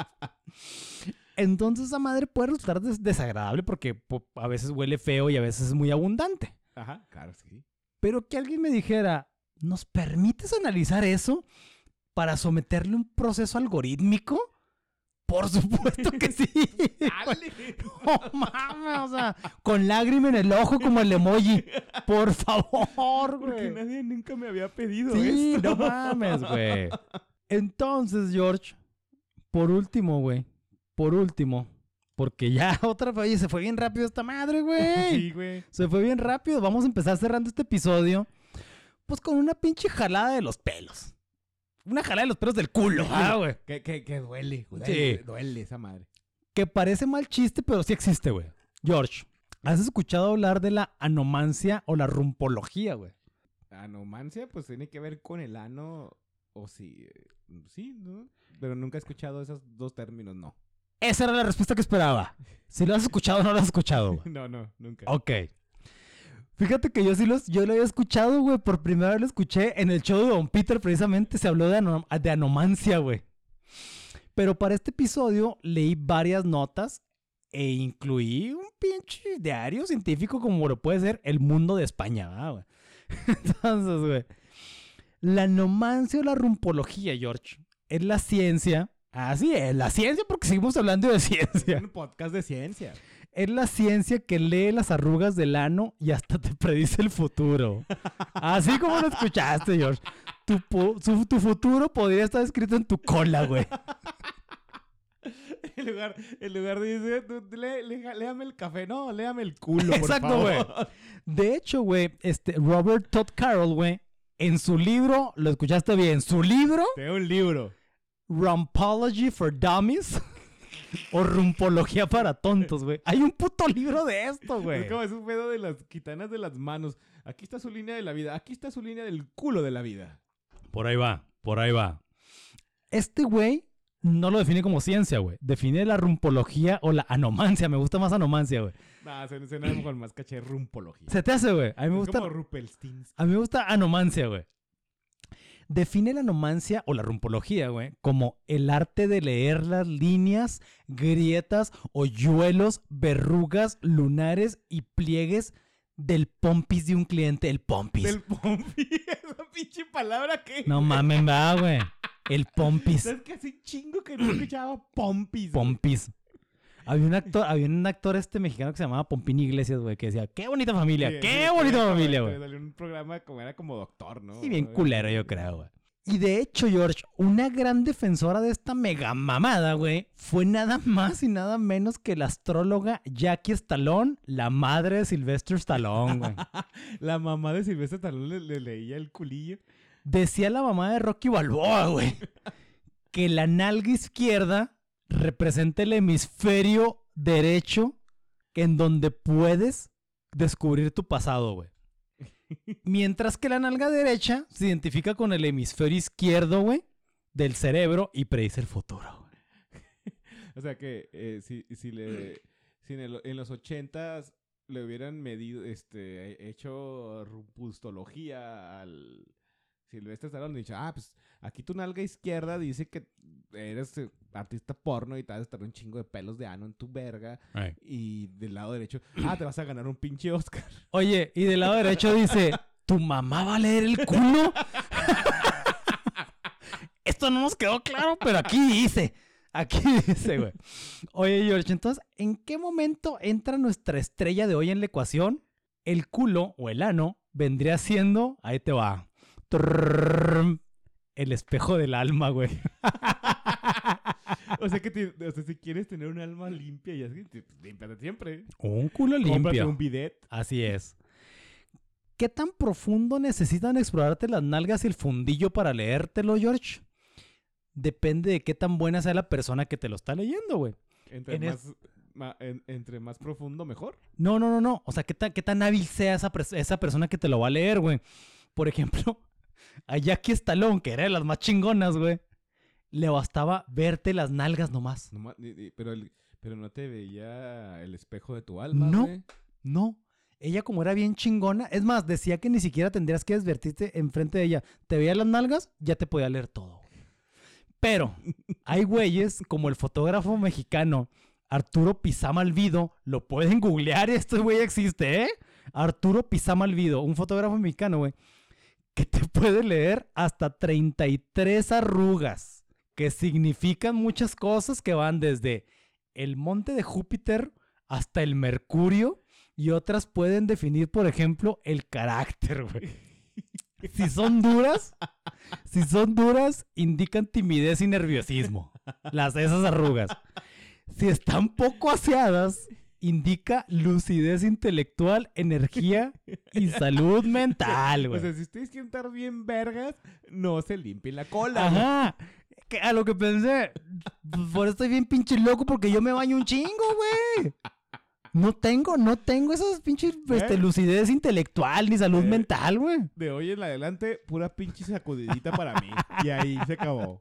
Speaker 1: Entonces esa madre puede resultar des- desagradable porque po- a veces huele feo y a veces es muy abundante.
Speaker 2: Ajá, claro, sí.
Speaker 1: Pero que alguien me dijera, ¿nos permites analizar eso para someterle un proceso algorítmico? Por supuesto que sí.
Speaker 2: ¡Dale!
Speaker 1: No mames, o sea, con lágrima en el ojo como el emoji. Por favor,
Speaker 2: Porque
Speaker 1: güey.
Speaker 2: nadie nunca me había pedido
Speaker 1: Sí,
Speaker 2: esto.
Speaker 1: no mames, güey. Entonces, George, por último, güey. Por último. Porque ya otra vez, oye, se fue bien rápido esta madre, güey.
Speaker 2: Sí, güey.
Speaker 1: Se fue bien rápido. Vamos a empezar cerrando este episodio. Pues con una pinche jalada de los pelos. Una jalada de los pelos del culo. Ah, güey.
Speaker 2: Que, que, que duele, güey.
Speaker 1: Sí.
Speaker 2: Duele esa madre.
Speaker 1: Que parece mal chiste, pero sí existe, güey. George, ¿has escuchado hablar de la anomancia o la rumpología, güey?
Speaker 2: Anomancia, pues tiene que ver con el ano. O sí. eh, Sí, ¿no? Pero nunca he escuchado esos dos términos, no.
Speaker 1: Esa era la respuesta que esperaba. Si lo has escuchado o no lo has escuchado, güey.
Speaker 2: No, no, nunca.
Speaker 1: Ok. Fíjate que yo sí los, yo lo había escuchado, güey. Por primera vez lo escuché en el show de Don Peter, precisamente. Se habló de, anom- de anomancia, güey. Pero para este episodio leí varias notas e incluí un pinche diario científico como lo puede ser El Mundo de España, ¿verdad, güey? Entonces, güey. La anomancia o la rumpología, George, es la ciencia. Así es, la ciencia porque seguimos hablando de
Speaker 2: Es
Speaker 1: ciencia.
Speaker 2: un podcast de ciencia.
Speaker 1: Es la ciencia que lee las arrugas del ano y hasta te predice el futuro. Así como lo escuchaste, George. tu, pu- su- tu futuro podría estar escrito en tu cola, güey.
Speaker 2: En lugar, en lugar de decir, tú, lé- lé- léame el café. No, léame el culo, por
Speaker 1: Exacto,
Speaker 2: favor.
Speaker 1: güey. De hecho, güey, este Robert Todd Carroll, güey, en su libro, lo escuchaste bien, su libro,
Speaker 2: Tengo un libro.
Speaker 1: Rumpology for Dummies, o Rumpología para tontos, güey. Hay un puto libro de esto, güey.
Speaker 2: Es como es un pedo de las quitanas de las manos. Aquí está su línea de la vida. Aquí está su línea del culo de la vida.
Speaker 1: Por ahí va, por ahí va. Este güey no lo define como ciencia, güey. Define la rumpología o la anomancia. Me gusta más anomancia, güey.
Speaker 2: Nah, suena, suena con más caché rumpología.
Speaker 1: Se te hace, güey. A mí me
Speaker 2: Es
Speaker 1: gusta...
Speaker 2: como Rumpelstiltskin.
Speaker 1: A mí me gusta anomancia, güey. Define la anomancia o la rumpología, güey, como el arte de leer las líneas, grietas, hoyuelos, verrugas, lunares y pliegues del pompis de un cliente. El pompis.
Speaker 2: Del pompi. Esa pinche palabra que...
Speaker 1: No mames, va, güey. El pompis.
Speaker 2: ¿Sabes que hace chingo que no escuchaba pompis? güey?
Speaker 1: Pompis. Había un actor, había un actor este mexicano que se llamaba Pompín Iglesias, güey, que decía, qué bonita familia,
Speaker 2: Sí,
Speaker 1: qué
Speaker 2: sí,
Speaker 1: bonita
Speaker 2: era
Speaker 1: familia,
Speaker 2: como-
Speaker 1: güey.
Speaker 2: Salió un programa como era como doctor, ¿no?
Speaker 1: Y bien culero, yo creo, güey. Y de hecho, George, una gran defensora de esta mega mamada, güey, fue nada más y nada menos que la astróloga Jackie Stallone, la madre de Sylvester Stallone, güey.
Speaker 2: La mamá de Silvestre Stallone le, le leía el culillo.
Speaker 1: Decía la mamá de Rocky Balboa, güey, que la nalga izquierda representa el hemisferio derecho en donde puedes descubrir tu pasado, güey. Mientras que la nalga derecha se identifica con el hemisferio izquierdo, güey, del cerebro y predice el futuro, güey.
Speaker 2: O sea que eh, si, si le si en, el- en los ochentas le hubieran medido, este, hecho rumpustología al Silvestre Stallone, dicho, ah, pues aquí tu nalga izquierda dice que eres eh, artista porno y te vas a estar un chingo de pelos de ano en tu verga.
Speaker 1: Ay.
Speaker 2: Y del lado derecho, ah, te vas a ganar un pinche Oscar.
Speaker 1: Oye, y del lado derecho dice, ¿tu mamá va a leer el culo? Esto no nos quedó claro, pero aquí dice. Aquí dice, güey. Oye, George, entonces, ¿en qué momento entra nuestra estrella de hoy en la ecuación? El culo o el ano vendría siendo, ahí te va, Trrrrrrm, el espejo del alma, güey.
Speaker 2: O sea que te- o sea, si quieres tener un alma limpia y así, te- pues, límpiate siempre.
Speaker 1: Un culo
Speaker 2: Cómprate
Speaker 1: limpio.
Speaker 2: un bidet.
Speaker 1: Así es. ¿Qué tan profundo necesitan explorarte las nalgas y el fundillo para leértelo, George? Depende de qué tan buena sea la persona que te lo está leyendo, güey.
Speaker 2: Entre,
Speaker 1: En
Speaker 2: más, ma- en- entre más profundo, mejor.
Speaker 1: No, no, no, no. O sea, ¿qué tan, qué tan hábil sea esa, pres- esa persona que te lo va a leer, güey? Por ejemplo, a Jackie Stallone, que era de las más chingonas, güey, le bastaba verte las nalgas nomás.
Speaker 2: Nomás- y- y- pero, el- pero no te veía el espejo de tu alma,
Speaker 1: No.
Speaker 2: güey.
Speaker 1: No. Ella como era bien chingona, es más, decía que ni siquiera tendrías que desvertirte enfrente de ella. Te veía las nalgas, ya te podía leer todo. Pero hay güeyes como el fotógrafo mexicano Arturo Pizama Alvido, lo pueden googlear, este güey existe, ¿eh? Arturo Pizama Alvido, un fotógrafo mexicano, güey, que te puede leer hasta treinta y tres arrugas, que significan muchas cosas que van desde el monte de Júpiter hasta el Mercurio, y otras pueden definir, por ejemplo, el carácter, güey. Si son duras, si son duras, indican timidez y nerviosismo. Las esas arrugas. Si están poco aseadas, indica lucidez intelectual, energía y salud mental, güey.
Speaker 2: O sea, si ustedes quieren estar bien vergas, no se limpien la cola. güey.
Speaker 1: Ajá. Que a lo que pensé, por eso estoy bien pinche loco porque yo me baño un chingo, güey. No tengo, no tengo esas pinches este,
Speaker 2: ¿Eh?
Speaker 1: lucidez intelectual ni salud
Speaker 2: Eh.
Speaker 1: mental, güey.
Speaker 2: De hoy en adelante, pura pinche sacudidita para mí. Y ahí se acabó.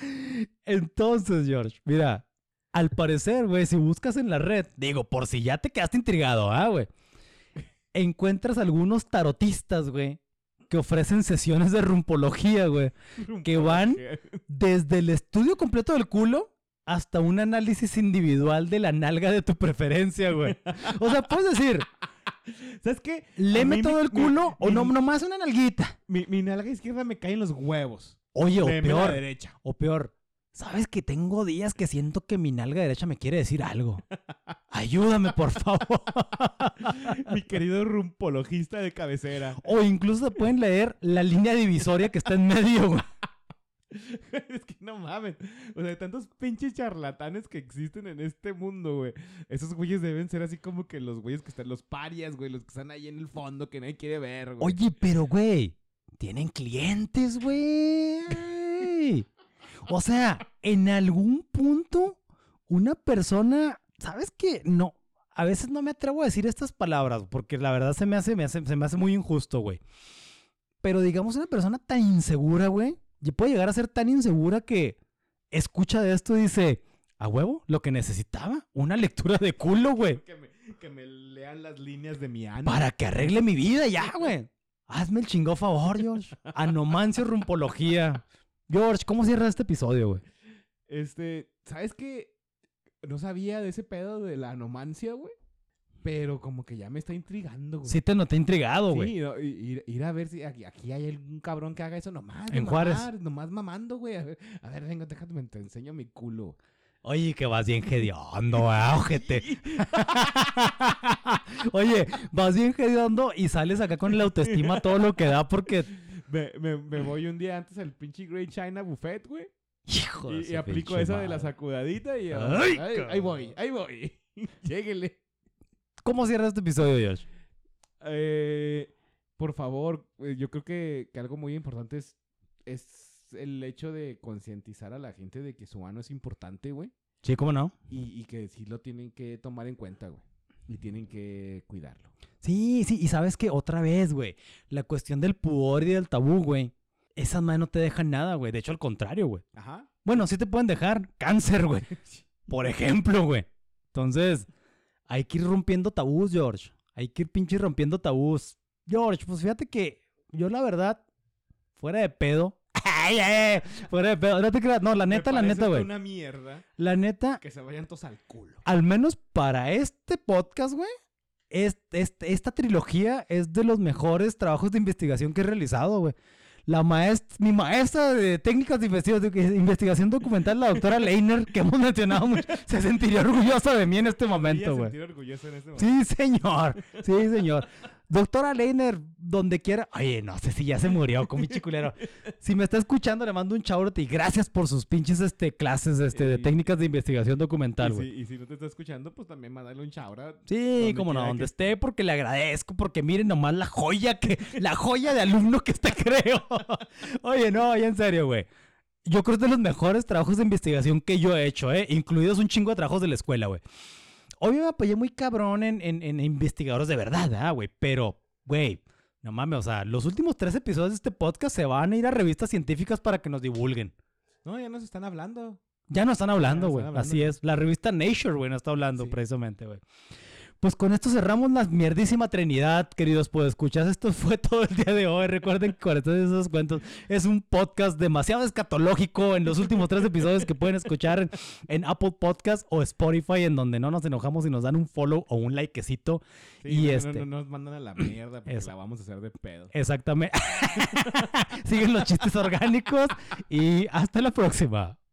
Speaker 1: Entonces, George, mira, al parecer, güey, si buscas en la red, digo, por si ya te quedaste intrigado, ¿ah, güey? Encuentras algunos tarotistas, güey, que ofrecen sesiones de rumpología, güey, que van desde el estudio completo del culo hasta un análisis individual de la nalga de tu preferencia, güey. O sea, puedes decir,
Speaker 2: ¿Sabes qué? A
Speaker 1: léeme
Speaker 2: mí
Speaker 1: todo
Speaker 2: mi-
Speaker 1: el
Speaker 2: mi-
Speaker 1: culo o
Speaker 2: mi-
Speaker 1: no, nomás una nalguita.
Speaker 2: Mi, mi nalga izquierda me cae en los huevos.
Speaker 1: Oye, o
Speaker 2: Léeme la
Speaker 1: peor,
Speaker 2: derecha.
Speaker 1: o peor, ¿sabes que tengo días que siento que mi nalga derecha me quiere decir algo? Ayúdame, por favor.
Speaker 2: Mi querido rumpologista de cabecera.
Speaker 1: O incluso se pueden leer la línea divisoria que está en medio, güey.
Speaker 2: Es que no mames. O sea, tantos pinches charlatanes que existen en este mundo, güey. Esos güeyes deben ser así como que los güeyes que están, los parias, güey. Los que están ahí en el fondo que nadie quiere ver, güey.
Speaker 1: Oye, pero, güey, tienen clientes, güey. O sea, en algún punto, una persona, ¿sabes qué? No, a veces no me atrevo a decir estas palabras, porque la verdad se me hace, me hace, se me hace muy injusto, güey. Pero digamos, una persona tan insegura, güey, y puede llegar a ser tan insegura que escucha de esto y dice, ¿a huevo? Lo que necesitaba, una lectura de culo, güey.
Speaker 2: Que me, que me lean las líneas de mi ano.
Speaker 1: Para que arregle mi vida ya, güey. Hazme el chingó favor, George. Anomancia o rumpología. George, ¿cómo cierras este episodio, güey?
Speaker 2: Este, ¿sabes qué? No sabía de ese pedo de la anomancia, güey. Pero como que ya me está intrigando, güey.
Speaker 1: Sí te noté intrigado, güey.
Speaker 2: Sí, no, ir, ir a ver si aquí, aquí hay algún cabrón que haga eso nomás.
Speaker 1: En
Speaker 2: de
Speaker 1: Juárez.
Speaker 2: mamar, nomás mamando, güey. A ver, a ver, venga, déjame, te enseño mi culo.
Speaker 1: Oye, que vas bien hediondo, ¿eh? Ojete. Oye, vas bien hediondo y sales acá con la autoestima todo lo que da porque...
Speaker 2: Me, me, me voy un día antes al pinche Great China Buffet, güey.
Speaker 1: Hijo de
Speaker 2: Y,
Speaker 1: su
Speaker 2: y aplico
Speaker 1: pinche
Speaker 2: esa de la
Speaker 1: madre.
Speaker 2: sacudadita y...
Speaker 1: Ay,
Speaker 2: Ay,
Speaker 1: cabrón.
Speaker 2: ahí voy, ahí voy. Lléguele.
Speaker 1: ¿Cómo cierras este episodio, Josh?
Speaker 2: Eh, por favor, eh, yo creo que, que algo muy importante es, es el hecho de concientizar a la gente de que su ano es importante, güey.
Speaker 1: Sí, ¿cómo no?
Speaker 2: Y, y que sí lo tienen que tomar en cuenta, güey. Y tienen que cuidarlo.
Speaker 1: Sí, sí, y sabes que otra vez, güey, la cuestión del pudor y del tabú, güey, esas madres no te dejan nada, güey. De hecho, al contrario, güey.
Speaker 2: Ajá.
Speaker 1: Bueno, sí te pueden dejar cáncer, güey. Por ejemplo, güey. Entonces, hay que ir rompiendo tabús, George. Hay que ir pinche rompiendo tabús. George, pues fíjate que yo la verdad, fuera de pedo... Ay, ay, ay, fuera de pedo. No te creas. No, la neta, la neta, güey.
Speaker 2: una mierda
Speaker 1: La neta,
Speaker 2: que se vayan todos al culo.
Speaker 1: al menos para este podcast, güey, es- es- esta trilogía es de los mejores trabajos de investigación que he realizado, güey. La maestra, mi maestra de técnicas de investigación, de investigación documental, la doctora Leiner, que hemos mencionado mucho, se sentiría orgullosa de mí en este momento, güey.
Speaker 2: sentir orgulloso en este momento.
Speaker 1: Sí, señor. Sí, señor. Doctora Leiner, donde quiera. Oye, no sé si ya se murió con mi chiculero. Si me está escuchando, le mando un chaurote y gracias por sus pinches este, clases este, de
Speaker 2: Y-
Speaker 1: técnicas de investigación documental,
Speaker 2: Y
Speaker 1: güey.
Speaker 2: si, y si no te está escuchando, pues también mándale un chaura.
Speaker 1: Sí,
Speaker 2: donde
Speaker 1: como no,
Speaker 2: quiera
Speaker 1: donde
Speaker 2: que
Speaker 1: esté, porque le agradezco, porque miren nomás la joya que, la joya de alumno que está, creo. Oye, no, ya en serio, güey. Yo creo que es de los mejores trabajos de investigación que yo he hecho, ¿eh? Incluidos un chingo de trabajos de la escuela, güey. Obvio me apoyé muy cabrón en, en, en investigadores de verdad, ¿ah, güey? Pero, güey, no mames, o sea, los últimos tres episodios de este podcast se van a ir a revistas científicas para que nos divulguen.
Speaker 2: No, ya nos están hablando.
Speaker 1: Ya no están hablando,
Speaker 2: Ya no
Speaker 1: güey.
Speaker 2: están hablando.
Speaker 1: Así es. La revista Nature, güey, no está hablando
Speaker 2: Sí.
Speaker 1: precisamente, güey. Pues con esto cerramos la mierdísima trinidad, queridos podescuchas. Esto fue todo el día de hoy. Recuerden que cuarenta de esos cuentos es un podcast demasiado escatológico en los últimos tres episodios que pueden escuchar en, en Apple Podcast o Spotify, en donde no nos enojamos y nos dan un follow o un likecito.
Speaker 2: Sí,
Speaker 1: Y
Speaker 2: no, no,
Speaker 1: este-
Speaker 2: no, no nos mandan a la mierda porque
Speaker 1: Eso.
Speaker 2: la vamos a hacer de pedo.
Speaker 1: Exactamente. Siguen los chistes orgánicos y hasta la próxima.